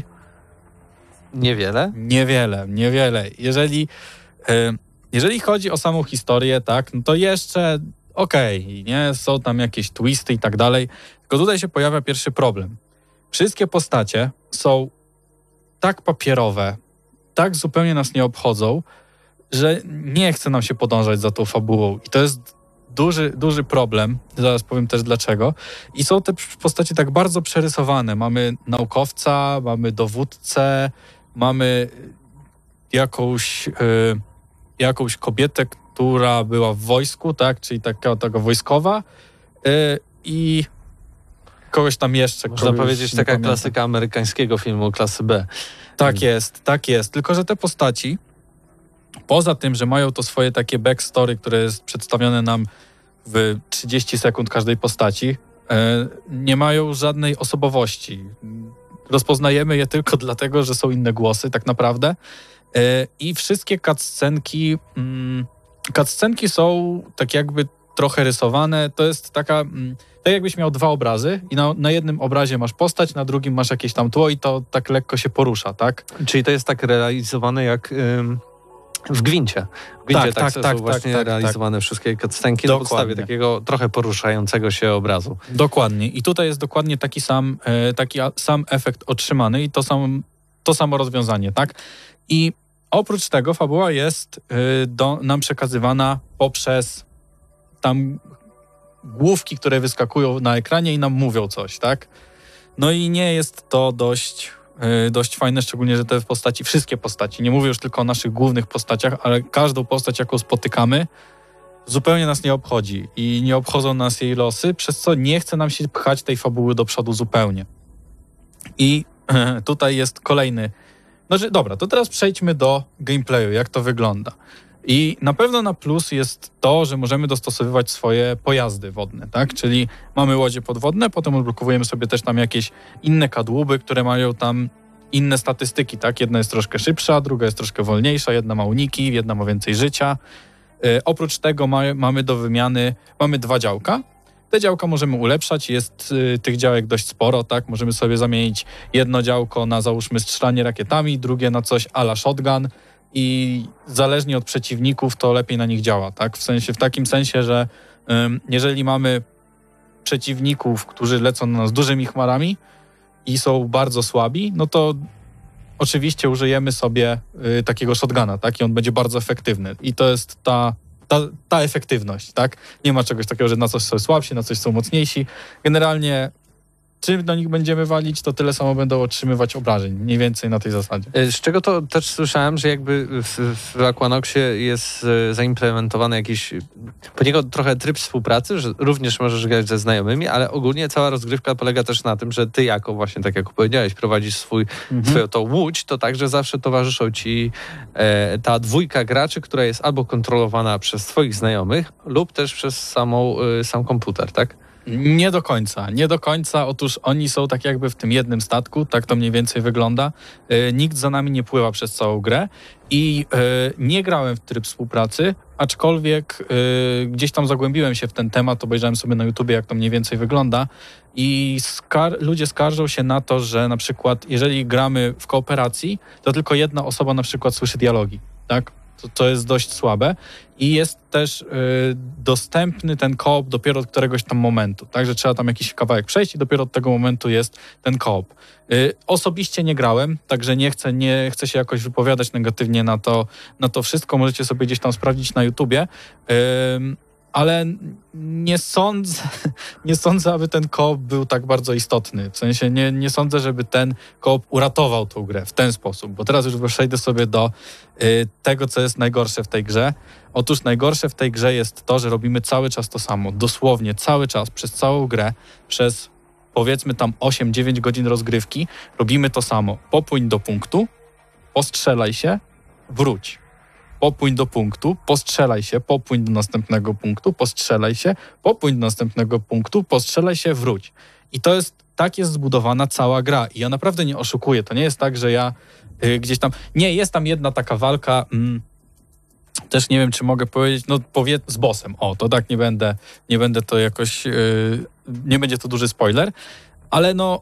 C: Niewiele?
E: niewiele, niewiele. Jeżeli, y, jeżeli chodzi o samą historię, tak, no to jeszcze okej, okay, nie? Są tam jakieś twisty i tak dalej. Tylko tutaj się pojawia pierwszy problem. Wszystkie postacie są tak papierowe, tak zupełnie nas nie obchodzą, że nie chce nam się podążać za tą fabułą. I to jest duży, duży problem. Zaraz powiem też dlaczego. I są te postacie tak bardzo przerysowane. Mamy naukowca, mamy dowódcę, mamy jakąś, yy, jakąś kobietę, która była w wojsku, tak, czyli taka, taka wojskowa yy, i kogoś tam jeszcze.
C: Można powiedzieć taka pamiętam. Klasyka amerykańskiego filmu klasy B.
E: Tak jest, tak jest. Tylko że te postaci, poza tym, że mają to swoje takie backstory, które jest przedstawione nam w trzydzieści sekund każdej postaci, yy, nie mają żadnej osobowości. Rozpoznajemy je tylko dlatego, że są inne głosy tak naprawdę. Yy, I wszystkie cutscenki... Yy, Cutscenki są tak jakby trochę rysowane. To jest taka, tak jakbyś miał dwa obrazy i na, na jednym obrazie masz postać, na drugim masz jakieś tam tło i to tak lekko się porusza, tak?
C: Czyli to jest tak realizowane jak ym, w Gwincie. W Gwincie
E: tak,
C: tak,
E: tak,
C: tak,
E: tak
C: są właśnie
E: tak,
C: realizowane
E: tak.
C: wszystkie cutscenki na podstawie takiego trochę poruszającego się obrazu.
E: Dokładnie. I tutaj jest dokładnie taki sam, taki sam efekt otrzymany i to, sam, to samo rozwiązanie, tak? I oprócz tego fabuła jest y, do, nam przekazywana poprzez tam główki, które wyskakują na ekranie i nam mówią coś, tak? No i nie jest to dość, y, dość fajne, szczególnie, że te postaci, wszystkie postaci, nie mówię już tylko o naszych głównych postaciach, ale każdą postać, jaką spotykamy, zupełnie nas nie obchodzi i nie obchodzą nas jej losy, przez co nie chce nam się pchać tej fabuły do przodu zupełnie. I y, tutaj jest kolejny Znaczy, dobra, to teraz przejdźmy do gameplayu, jak to wygląda. I na pewno na plus jest to, że możemy dostosowywać swoje pojazdy wodne, tak? Czyli mamy łodzie podwodne, potem odblokowujemy sobie też tam jakieś inne kadłuby, które mają tam inne statystyki, tak? Jedna jest troszkę szybsza, druga jest troszkę wolniejsza, jedna ma uniki, jedna ma więcej życia. Yy, oprócz tego ma, mamy do wymiany, mamy dwa działka. Te działka możemy ulepszać, jest y, tych działek dość sporo, tak? Możemy sobie zamienić jedno działko na, załóżmy, strzelanie rakietami, drugie na coś a la shotgun i zależnie od przeciwników to lepiej na nich działa, tak? W sensie, w takim sensie, że y, jeżeli mamy przeciwników, którzy lecą na nas dużymi chmarami i są bardzo słabi, no to oczywiście użyjemy sobie y, takiego shotguna, tak? I on będzie bardzo efektywny. I to jest ta Ta, ta efektywność, tak? Nie ma czegoś takiego, że na coś są słabsi, na coś są mocniejsi. Generalnie czym do nich będziemy walić, to tyle samo będą otrzymywać obrażeń. Mniej więcej na tej zasadzie.
C: Z czego to też słyszałem, że jakby w, w Aquanoxie jest zaimplementowany jakiś poniekąd trochę tryb współpracy, że również możesz grać ze znajomymi, ale ogólnie cała rozgrywka polega też na tym, że ty jako właśnie, tak jak powiedziałeś, prowadzisz swój, mhm. swoją tą łódź, to także zawsze towarzyszą ci e, ta dwójka graczy, która jest albo kontrolowana przez twoich znajomych lub też przez samą, e, sam komputer, tak?
E: Nie do końca, nie do końca. Otóż oni są tak jakby w tym jednym statku, tak to mniej więcej wygląda. Yy, nikt za nami nie pływa przez całą grę i yy, nie grałem w tryb współpracy, aczkolwiek yy, gdzieś tam zagłębiłem się w ten temat, obejrzałem sobie na YouTubie, jak to mniej więcej wygląda i skar- ludzie skarżą się na to, że na przykład jeżeli gramy w kooperacji, to tylko jedna osoba na przykład słyszy dialogi, tak? To, to jest dość słabe i jest też y, dostępny ten koop dopiero od któregoś tam momentu, także trzeba tam jakiś kawałek przejść i dopiero od tego momentu jest ten koop. Y, osobiście nie grałem, także nie chcę, nie chcę się jakoś wypowiadać negatywnie na to, na to wszystko, możecie sobie gdzieś tam sprawdzić na YouTubie, y, ale nie sądzę, nie sądzę, aby ten koop był tak bardzo istotny. W sensie nie, nie sądzę, żeby ten koop uratował tą grę w ten sposób, bo teraz już przejdę sobie do y, tego, co jest najgorsze w tej grze. Otóż najgorsze w tej grze jest to, że robimy cały czas to samo. Dosłownie cały czas, przez całą grę, przez powiedzmy tam osiem dziewięć godzin rozgrywki, robimy to samo. Popłyń do punktu, postrzelaj się, wróć. Popłyń do punktu, postrzelaj się, popłyń do następnego punktu, postrzelaj się, popłyń do następnego punktu, postrzelaj się, wróć. I to jest, tak jest zbudowana cała gra. I ja naprawdę nie oszukuję. To nie jest tak, że ja y, gdzieś tam... Nie, jest tam jedna taka walka... Mm, też nie wiem, czy mogę powiedzieć, no powiedz z bossem. O, to tak nie będę, nie będę to jakoś... Yy, nie będzie to duży spoiler, ale no...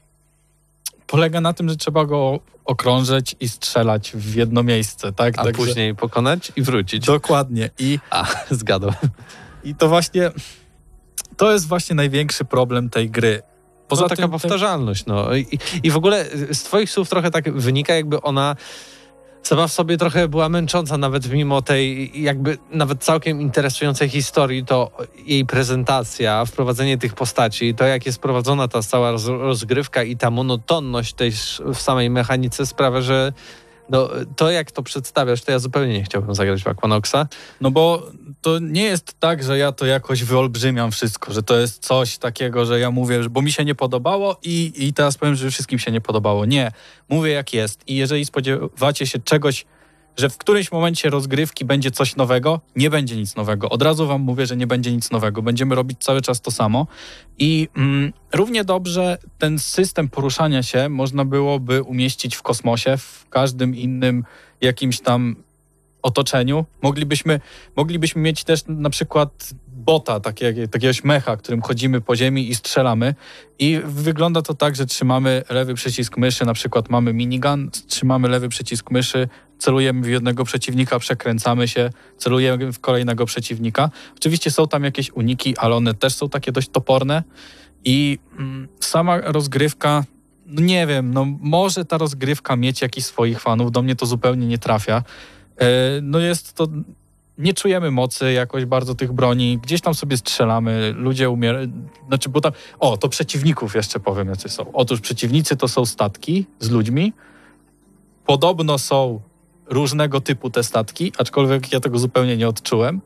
E: Polega na tym, że trzeba go okrążyć i strzelać w jedno miejsce, tak?
C: A
E: Także,
C: później pokonać i wrócić.
E: dokładnie. I,
C: A, zgadłem.
E: I to właśnie... To jest właśnie największy problem tej gry.
C: Poza
E: Poza
C: no, taka
E: tym,
C: powtarzalność. No. I, I w ogóle z twoich słów trochę tak wynika, jakby ona sama w sobie trochę była męcząca, nawet mimo tej jakby nawet całkiem interesującej historii, to jej prezentacja, wprowadzenie tych postaci, to jak jest prowadzona ta cała roz, rozgrywka i ta monotonność tej w samej mechanice sprawia, że no, to jak to przedstawiasz, to ja zupełnie nie chciałbym zagrać w Aquanoxa.
E: No bo to nie jest tak, że ja to jakoś wyolbrzymiam wszystko, że to jest coś takiego, że ja mówię, że bo mi się nie podobało i, i teraz powiem, że wszystkim się nie podobało. Nie, mówię jak jest i jeżeli spodziewacie się czegoś, że w którymś momencie rozgrywki będzie coś nowego, nie będzie nic nowego. Od razu wam mówię, że nie będzie nic nowego. Będziemy robić cały czas to samo i mm, równie dobrze ten system poruszania się można byłoby umieścić w kosmosie, w każdym innym jakimś tam otoczeniu. Moglibyśmy, moglibyśmy mieć też na przykład bota, takie, takiegoś mecha, którym chodzimy po ziemi i strzelamy i wygląda to tak, że trzymamy lewy przycisk myszy, na przykład mamy minigun, trzymamy lewy przycisk myszy, celujemy w jednego przeciwnika, przekręcamy się, celujemy w kolejnego przeciwnika. Oczywiście są tam jakieś uniki, ale one też są takie dość toporne i mm, sama rozgrywka, no nie wiem, no może ta rozgrywka mieć jakichś swoich fanów, do mnie to zupełnie nie trafia. Yy, no jest to... Nie czujemy mocy jakoś bardzo tych broni. Gdzieś tam sobie strzelamy, ludzie umierają. Znaczy, bo tam... O, to przeciwników jeszcze powiem, jacy są. Otóż przeciwnicy to są statki z ludźmi. Podobno są różnego typu te statki, aczkolwiek ja tego zupełnie nie odczułem.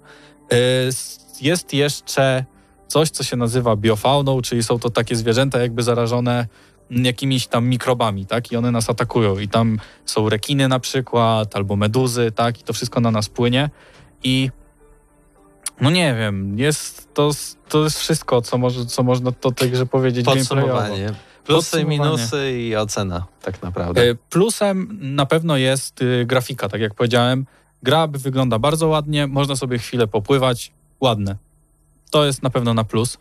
E: Jest jeszcze coś, co się nazywa biofauną, czyli są to takie zwierzęta jakby zarażone jakimiś tam mikrobami, tak? I one nas atakują. I tam są rekiny na przykład, albo meduzy, tak? I to wszystko na nas płynie. I no nie wiem, jest to, to jest wszystko, co, może, co można do tej grze powiedzieć.
C: Podsumowanie. Plusy,
E: Podsumowanie.
C: minusy i ocena tak naprawdę.
E: Plusem na pewno jest grafika, tak jak powiedziałem. Gra wygląda bardzo ładnie, można sobie chwilę popływać. Ładne. To jest na pewno na plus.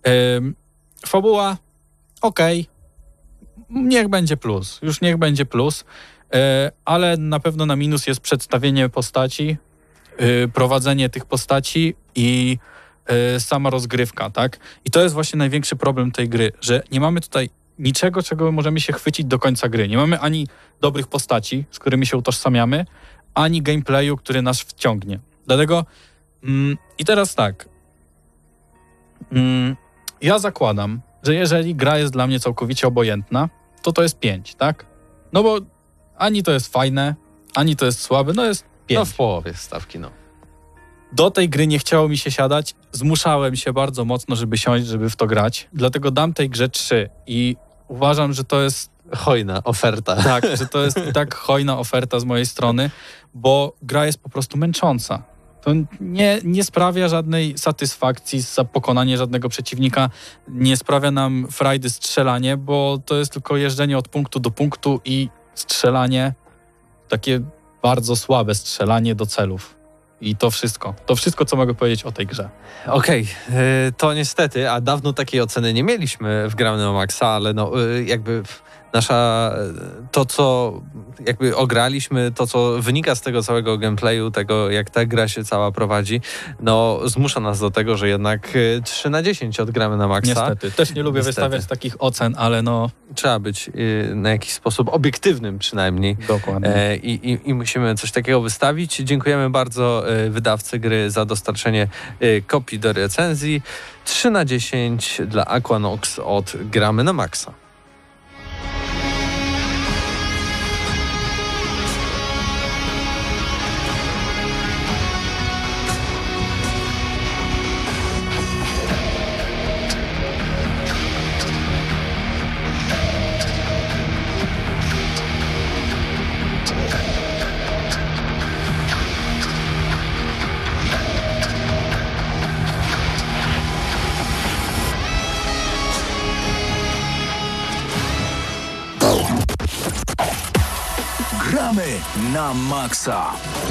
E: Fabuła okej. Okay. Niech będzie plus. Już niech będzie plus. Ale na pewno na minus jest przedstawienie postaci, prowadzenie tych postaci i sama rozgrywka, tak? I to jest właśnie największy problem tej gry, że nie mamy tutaj niczego, czego możemy się chwycić do końca gry. Nie mamy ani dobrych postaci, z którymi się utożsamiamy, ani gameplayu, który nas wciągnie. Dlatego mm, i teraz tak. Mm, ja zakładam, że jeżeli gra jest dla mnie całkowicie obojętna, to to jest pięć, tak? No bo ani to jest fajne, ani to jest słabe, no jest pięć.
C: No w połowie stawki, no.
E: Do tej gry nie chciało mi się siadać, zmuszałem się bardzo mocno, żeby siąść, żeby w to grać, dlatego dam tej grze trzy i uważam, że to jest
C: hojna oferta.
E: tak, że to jest tak hojna oferta z mojej strony, bo gra jest po prostu męcząca. To nie, nie sprawia żadnej satysfakcji za pokonanie żadnego przeciwnika, nie sprawia nam frajdy strzelanie, bo to jest tylko jeżdżenie od punktu do punktu i strzelanie, takie bardzo słabe strzelanie do celów. I to wszystko. To wszystko, co mogę powiedzieć o tej grze.
C: Okej, okay, to niestety, a dawno takiej oceny nie mieliśmy w Gramy na Maxa, ale no jakby nasza, to co jakby ograliśmy, to co wynika z tego całego gameplayu, tego jak ta gra się cała prowadzi, no zmusza nas do tego, że jednak trzy na dziesięć odgramy na maksa.
E: Niestety. Też nie lubię
C: Niestety.
E: wystawiać takich ocen, ale no...
C: Trzeba być y, na jakiś sposób obiektywnym przynajmniej.
E: Dokładnie.
C: E, i, i, I musimy coś takiego wystawić. Dziękujemy bardzo y, wydawcy gry za dostarczenie y, kopii do recenzji. trzy na dziesięć dla Aquanox od Gramy na maksa.
B: Gramy na maksa.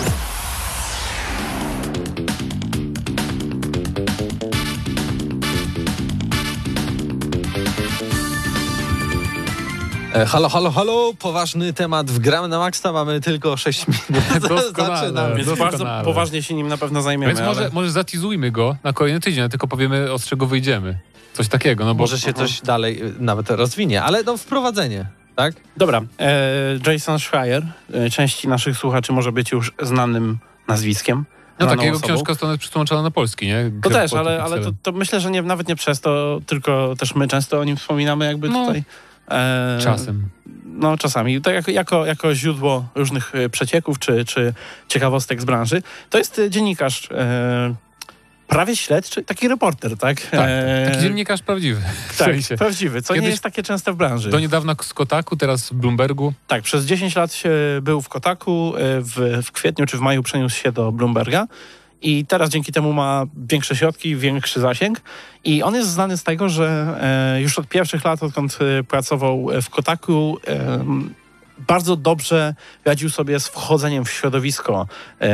C: E, halo, halo, halo, poważny temat w Gramy na maksa, mamy tylko sześć minut.
D: Doskonale.
C: Zaczynamy.
F: Więc
D: Doskonale.
F: bardzo poważnie się nim na pewno zajmiemy.
D: Więc może,
F: ale...
D: może zatizujmy go na kolejny tydzień, ale tylko powiemy, od czego wyjdziemy. Coś takiego, no bo...
C: Może się coś dalej y, nawet rozwinie, ale no wprowadzenie, tak?
F: Dobra, e, Jason Schreier, e, części naszych słuchaczy może być już znanym nazwiskiem.
D: No
F: znaną
D: takiego
F: osobą.
D: książka została przetłumaczona na polski, nie?
F: To
D: Grę
F: też,
D: pod
F: ale, ale to,
D: Pixelem.
F: to myślę, że nie, nawet nie przez to, tylko też my często o nim wspominamy jakby
D: No,
F: tutaj. E,
D: Czasem.
F: No czasami. To jako, jako, jako źródło różnych e, przecieków czy, czy ciekawostek z branży. To jest e, dziennikarz e, prawie śledczy, taki reporter, tak?
D: Tak,
F: E,
D: taki dziennikarz prawdziwy. W
F: Tak,
D: sensie.
F: prawdziwy, co
D: Kiedyś-
F: nie jest takie częste w branży.
D: Do niedawna z Kotaku, teraz w Bloombergu.
F: Tak, przez dziesięć lat się był w Kotaku, e, w, w kwietniu czy w maju przeniósł się do Bloomberga i teraz dzięki temu ma większe środki, większy zasięg i on jest znany z tego, że e, już od pierwszych lat, odkąd e, pracował w Kotaku, e, bardzo dobrze radził sobie z wchodzeniem w środowisko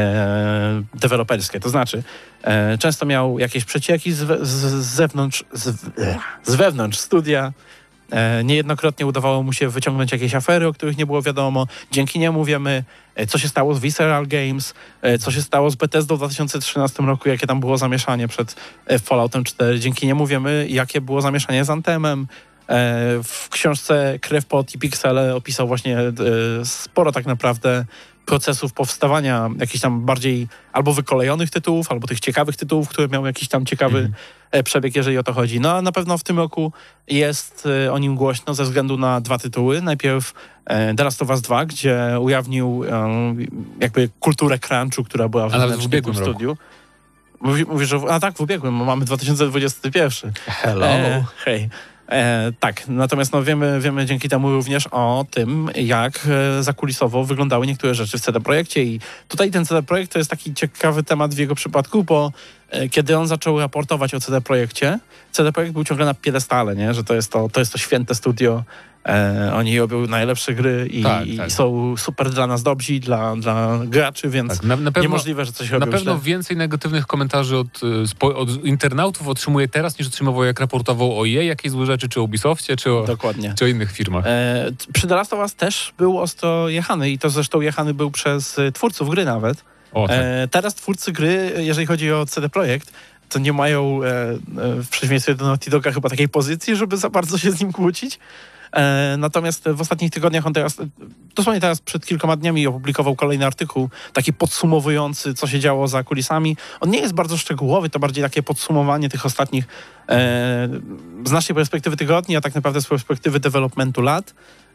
F: e, deweloperskie. To znaczy, e, często miał jakieś przecieki z, we- z, z zewnątrz, z, z wewnątrz studia. E, Niejednokrotnie udawało mu się wyciągnąć jakieś afery, o których nie było wiadomo. Dzięki niemu wiemy, e, co się stało z Visceral Games, e, co się stało z Bethesdą w dwa tysiące trzynastym roku, jakie tam było zamieszanie przed e, Falloutem cztery. Dzięki niemu wiemy, jakie było zamieszanie z Anthemem. E, W książce Krew, Pot i Piksele opisał właśnie e, sporo tak naprawdę procesów powstawania jakichś tam bardziej albo wykolejonych tytułów, albo tych ciekawych tytułów, które miały jakiś tam ciekawy
D: Mhm.
F: e, przebieg, jeżeli o to chodzi. No a na pewno w tym roku jest e, o nim głośno ze względu na dwa tytuły. Najpierw e, The Last of Us dwa, gdzie ujawnił e, jakby kulturę crunchu, która była
D: nawet w
F: wewnętrznie
D: ubiegłym
F: tym
D: roku.
F: studiu. Mówi, mówisz, że... A tak, w ubiegłym, mamy dwa tysiące dwudziesty pierwszy.
C: Hello.
F: E, hej. E, tak, natomiast no wiemy, wiemy dzięki temu również o tym, jak e, zakulisowo wyglądały niektóre rzeczy w C D Projekcie i tutaj ten C D Projekt to jest taki ciekawy temat w jego przypadku, bo e, kiedy on zaczął raportować o C D Projekcie, C D Projekt był ciągle na piedestale, nie? Że to jest to, to jest to święte studio, e, oni robią najlepsze gry i,
D: Tak,
F: i
D: tak.
F: są super dla nas dobrzy, dla, dla graczy, więc
D: Tak, na, na pewno,
F: niemożliwe, że coś robią
D: na pewno
F: źle.
D: więcej negatywnych komentarzy od, y, spo, od internautów otrzymuje teraz, niż otrzymywał, jak raportował o E A, jakieś złe rzeczy, czy o Ubisoftie, czy o,
F: Dokładnie.
D: czy o innych firmach.
F: E, t- przy The Last of Us też był ostro jechany i to zresztą jechany był przez e, twórców gry nawet.
D: O, tak.
F: E, teraz twórcy gry, jeżeli chodzi o C D Projekt, to nie mają e, e, w przeciwieństwie do Naughty Doga chyba takiej pozycji, żeby za bardzo się z nim kłócić. E, natomiast w ostatnich tygodniach on teraz, dosłownie teraz przed kilkoma dniami opublikował kolejny artykuł, taki podsumowujący, co się działo za kulisami. On nie jest bardzo szczegółowy, to bardziej takie podsumowanie tych ostatnich e, z naszej perspektywy tygodni, a tak naprawdę z perspektywy developmentu lat.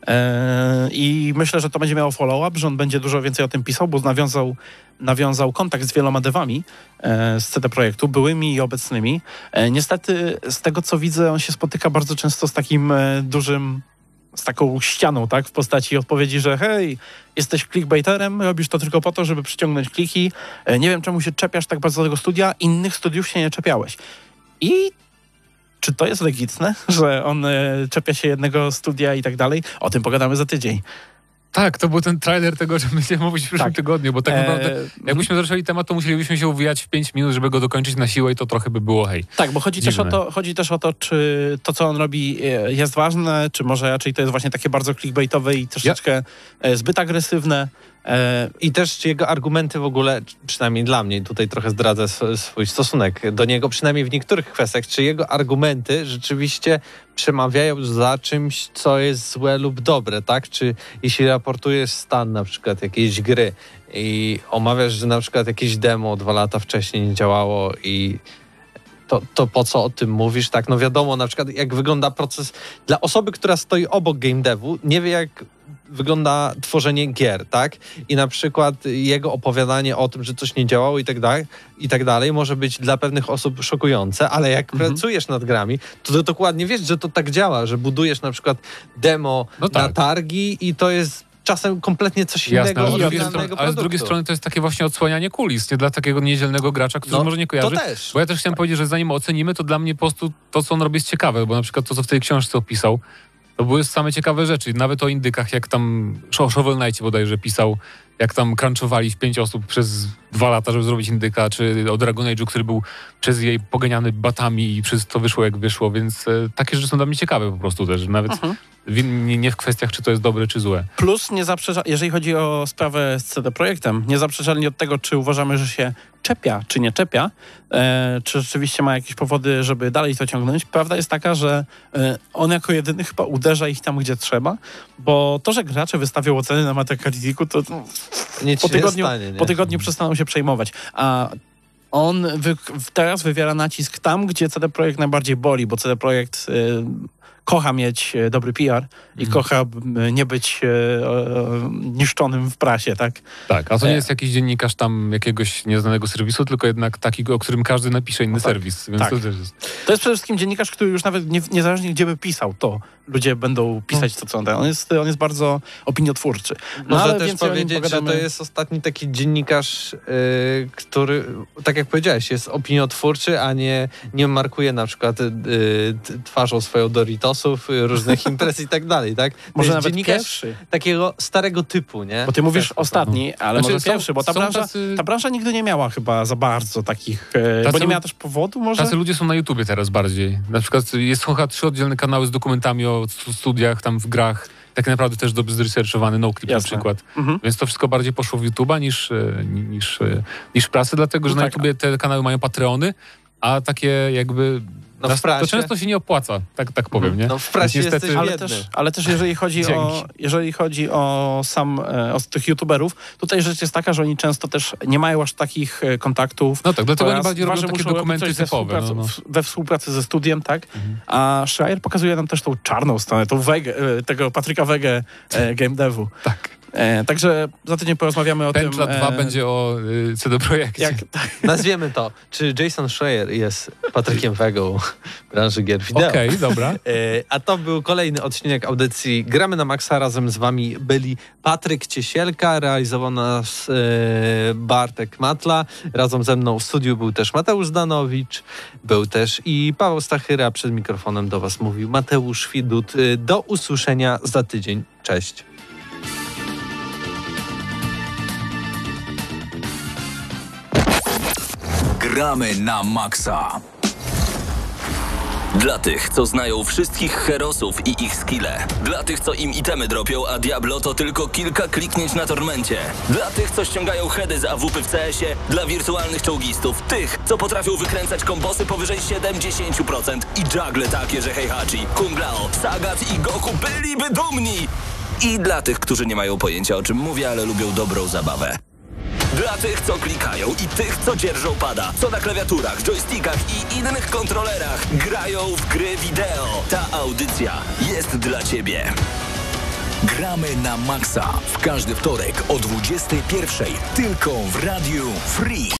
F: E, I myślę, że to będzie miało follow-up, że on będzie dużo więcej o tym pisał, bo nawiązał, nawiązał kontakt z wieloma devami e, z C D Projektu, byłymi i obecnymi. E, niestety, z tego co widzę, on się spotyka bardzo często z takim e, dużym, z taką ścianą, tak, w postaci odpowiedzi, że hej, jesteś clickbaiterem, robisz to tylko po to, żeby przyciągnąć kliki. E, nie wiem, czemu się czepiasz tak bardzo tego studia, innych studiów się nie czepiałeś. I czy to jest legitne, że on e, czepia się jednego studia i tak dalej? O tym pogadamy za tydzień.
D: Tak, to był ten trailer tego, że będziemy mówić w przyszłym
F: Tak.
D: tygodniu, bo tak
F: Eee,
D: naprawdę jakbyśmy zaczęli temat, to musielibyśmy się uwijać w pięć minut, żeby go dokończyć na siłę i to trochę by było hej.
F: Tak, bo chodzi też, o
D: Dziwne.
F: to, chodzi też o to, czy to, co on robi, e, jest ważne, czy może raczej to jest właśnie takie bardzo clickbaitowe i troszeczkę e, zbyt agresywne. E,
C: I też czy jego argumenty w ogóle, przynajmniej dla mnie, tutaj trochę zdradzę sw- swój stosunek do niego, przynajmniej w niektórych kwestiach, czy jego argumenty rzeczywiście przemawiają za czymś, co jest złe lub dobre, tak? Czy jeśli raportujesz stan na przykład jakiejś gry i omawiasz, że na przykład jakieś demo dwa lata wcześniej nie działało i to, to po co o tym mówisz, tak? No wiadomo, na przykład jak wygląda proces dla osoby, która stoi obok game devu, nie wie jak wygląda tworzenie gier, tak? I na przykład jego opowiadanie o tym, że coś nie działało i tak dalej, i tak dalej może być dla pewnych osób szokujące, ale jak
F: Mhm.
C: pracujesz nad grami, to, to dokładnie wiesz, że to tak działa, że budujesz na przykład demo
D: No
C: na
D: tak.
C: targi i to jest czasem kompletnie coś
D: Jasne,
C: innego
D: ale, z
C: od
D: drugiej
C: finalnego
D: strony, ale z drugiej
C: produktu.
D: strony to jest takie właśnie odsłanianie kulis, nie dla takiego niedzielnego gracza, który
C: No,
D: może nie kojarzy.
C: to też.
D: Bo ja też chciałem powiedzieć, że zanim ocenimy, to dla mnie po prostu to, co on robi, jest ciekawe, bo na przykład to, co w tej książce opisał, to były same ciekawe rzeczy. Nawet o indykach, jak tam o Shovel Knightie bodajże pisał, jak tam crunchowali w pięć osób przez dwa lata, żeby zrobić indyka, czy o Dragon Age'u, który był przez jej poganiany batami i przez to wyszło jak wyszło, więc e, takie rzeczy są dla mnie ciekawe po prostu też, nawet w, nie, nie w kwestiach, czy to jest dobre, czy złe.
F: Plus, nie zaprzecza, jeżeli chodzi o sprawę z C D Projektem, niezaprzeczalnie od tego, czy uważamy, że się czepia, czy nie czepia, e, czy rzeczywiście ma jakieś powody, żeby dalej to ciągnąć, prawda jest taka, że e, on jako jedyny chyba uderza ich tam, gdzie trzeba, bo to, że gracze wystawią oceny na Metacriticu, to no,
C: Nic
F: po
C: się nie
F: tygodniu,
C: stanie, nie?
F: po tygodniu przestaną się przejmować. A on wy, teraz wywiera nacisk tam, gdzie C D Projekt najbardziej boli, bo C D Projekt y, kocha mieć e, dobry P R i kocha m, nie być e, e, niszczonym w prasie, tak?
D: Tak, a to nie
F: E.
D: jest jakiś dziennikarz tam jakiegoś nieznanego serwisu, tylko jednak taki, o którym każdy napisze inny
F: No tak,
D: serwis, więc
F: tak.
D: to też jest...
F: To jest przede wszystkim dziennikarz, który już nawet nie, niezależnie gdzie by pisał, to ludzie będą pisać to, co on da. On jest, on jest bardzo opiniotwórczy. No,
C: Można
F: ale
C: też
F: więcej o nim
C: powiedzieć, że
F: pogadamy.
C: to jest ostatni taki dziennikarz, yy, który, tak jak powiedziałeś, jest opiniotwórczy, a nie, nie markuje na przykład yy, t- twarzą swoją Doritosów, yy, różnych imprez i tak dalej, tak? To
F: Może
C: jest
F: nawet
C: dziennikarz
F: pierwszy.
C: takiego starego typu, nie?
F: Bo ty mówisz
C: Też,
F: ostatni, ale
D: Znaczy,
F: może
D: są-
F: pierwszy, bo ta
D: są
F: branża,
D: tacy-
F: ta branża nigdy nie miała chyba za bardzo takich, e,
D: Tacy
F: bo nie
D: lu-
F: miała też powodu może?
D: Tacy ludzie są na YouTubie teraz bardziej. Na przykład jest chyba trzy oddzielne kanały z dokumentami o stu- studiach, tam w grach. Tak naprawdę też dobrze zresearchowany, NoClip na
F: Jasne.
D: przykład.
F: Mhm.
D: Więc to wszystko bardziej poszło w YouTube'a niż, e, ni- niż, e, niż prasę, dlatego że
F: No
D: na
F: tak.
D: YouTubie te kanały mają Patreony, a takie jakby...
C: No w
D: to
C: prasie.
D: często się nie opłaca, tak, tak powiem, nie?
C: No w prasie
D: Więc niestety-
C: jesteś
F: Ale
C: biedny.
F: też, ale też jeżeli chodzi o,
D: Dzięki.
F: jeżeli chodzi o sam, e, o tych youtuberów, tutaj rzecz jest taka, że oni często też nie mają aż takich e, kontaktów.
D: No tak, dlatego
F: Oraz
D: oni bardziej
F: dwa,
D: robią
F: że
D: takie
F: muszą robić
D: dokumenty
F: coś ze
D: typowe.
F: współpracy-
D: No, no.
F: w- we współpracy ze studiem, tak? A Schreier pokazuje nam też tą czarną stronę, tą Wegę, e, tego Patryka Wegę e, game devu.
D: Tak.
F: E, także za tydzień porozmawiamy o
D: Pętla
F: tym.
D: dwa
F: e,
D: będzie o y, C D Projekcie.
F: jak, tak,
C: Nazwiemy to. Czy Jason Schreier jest Patrykiem Wegą branży gier wideo?
D: Okej, dobra.
C: E, A to był kolejny odcinek audycji Gramy na Maxa. Razem z wami byli Patryk Ciesielka, realizował nas e, Bartek Matla. Razem ze mną w studiu był też Mateusz Danowicz, był też i Paweł Stachyra. Przed mikrofonem do was mówił Mateusz Widut. E, Do usłyszenia za tydzień. Cześć.
B: Gramy na maksa.
A: Dla tych, co znają wszystkich herosów i ich skille. Dla tych, co im itemy dropią, a Diablo to tylko kilka kliknięć na tormencie. Dla tych, co ściągają heady z A W P w C S ie. Dla wirtualnych czołgistów. Tych, co potrafią wykręcać kombosy powyżej siedemdziesiąt procent. I juggle takie, że Heihachi, Kung Lao, Sagat i Goku byliby dumni. I dla tych, którzy nie mają pojęcia, o czym mówię, ale lubią dobrą zabawę. Dla tych, co klikają i tych, co dzierżą pada, co na klawiaturach, joystickach i innych kontrolerach grają w gry wideo. Ta audycja jest dla ciebie.
B: Gramy na maksa w każdy wtorek o dwudziestej pierwszej tylko w Radiu Free.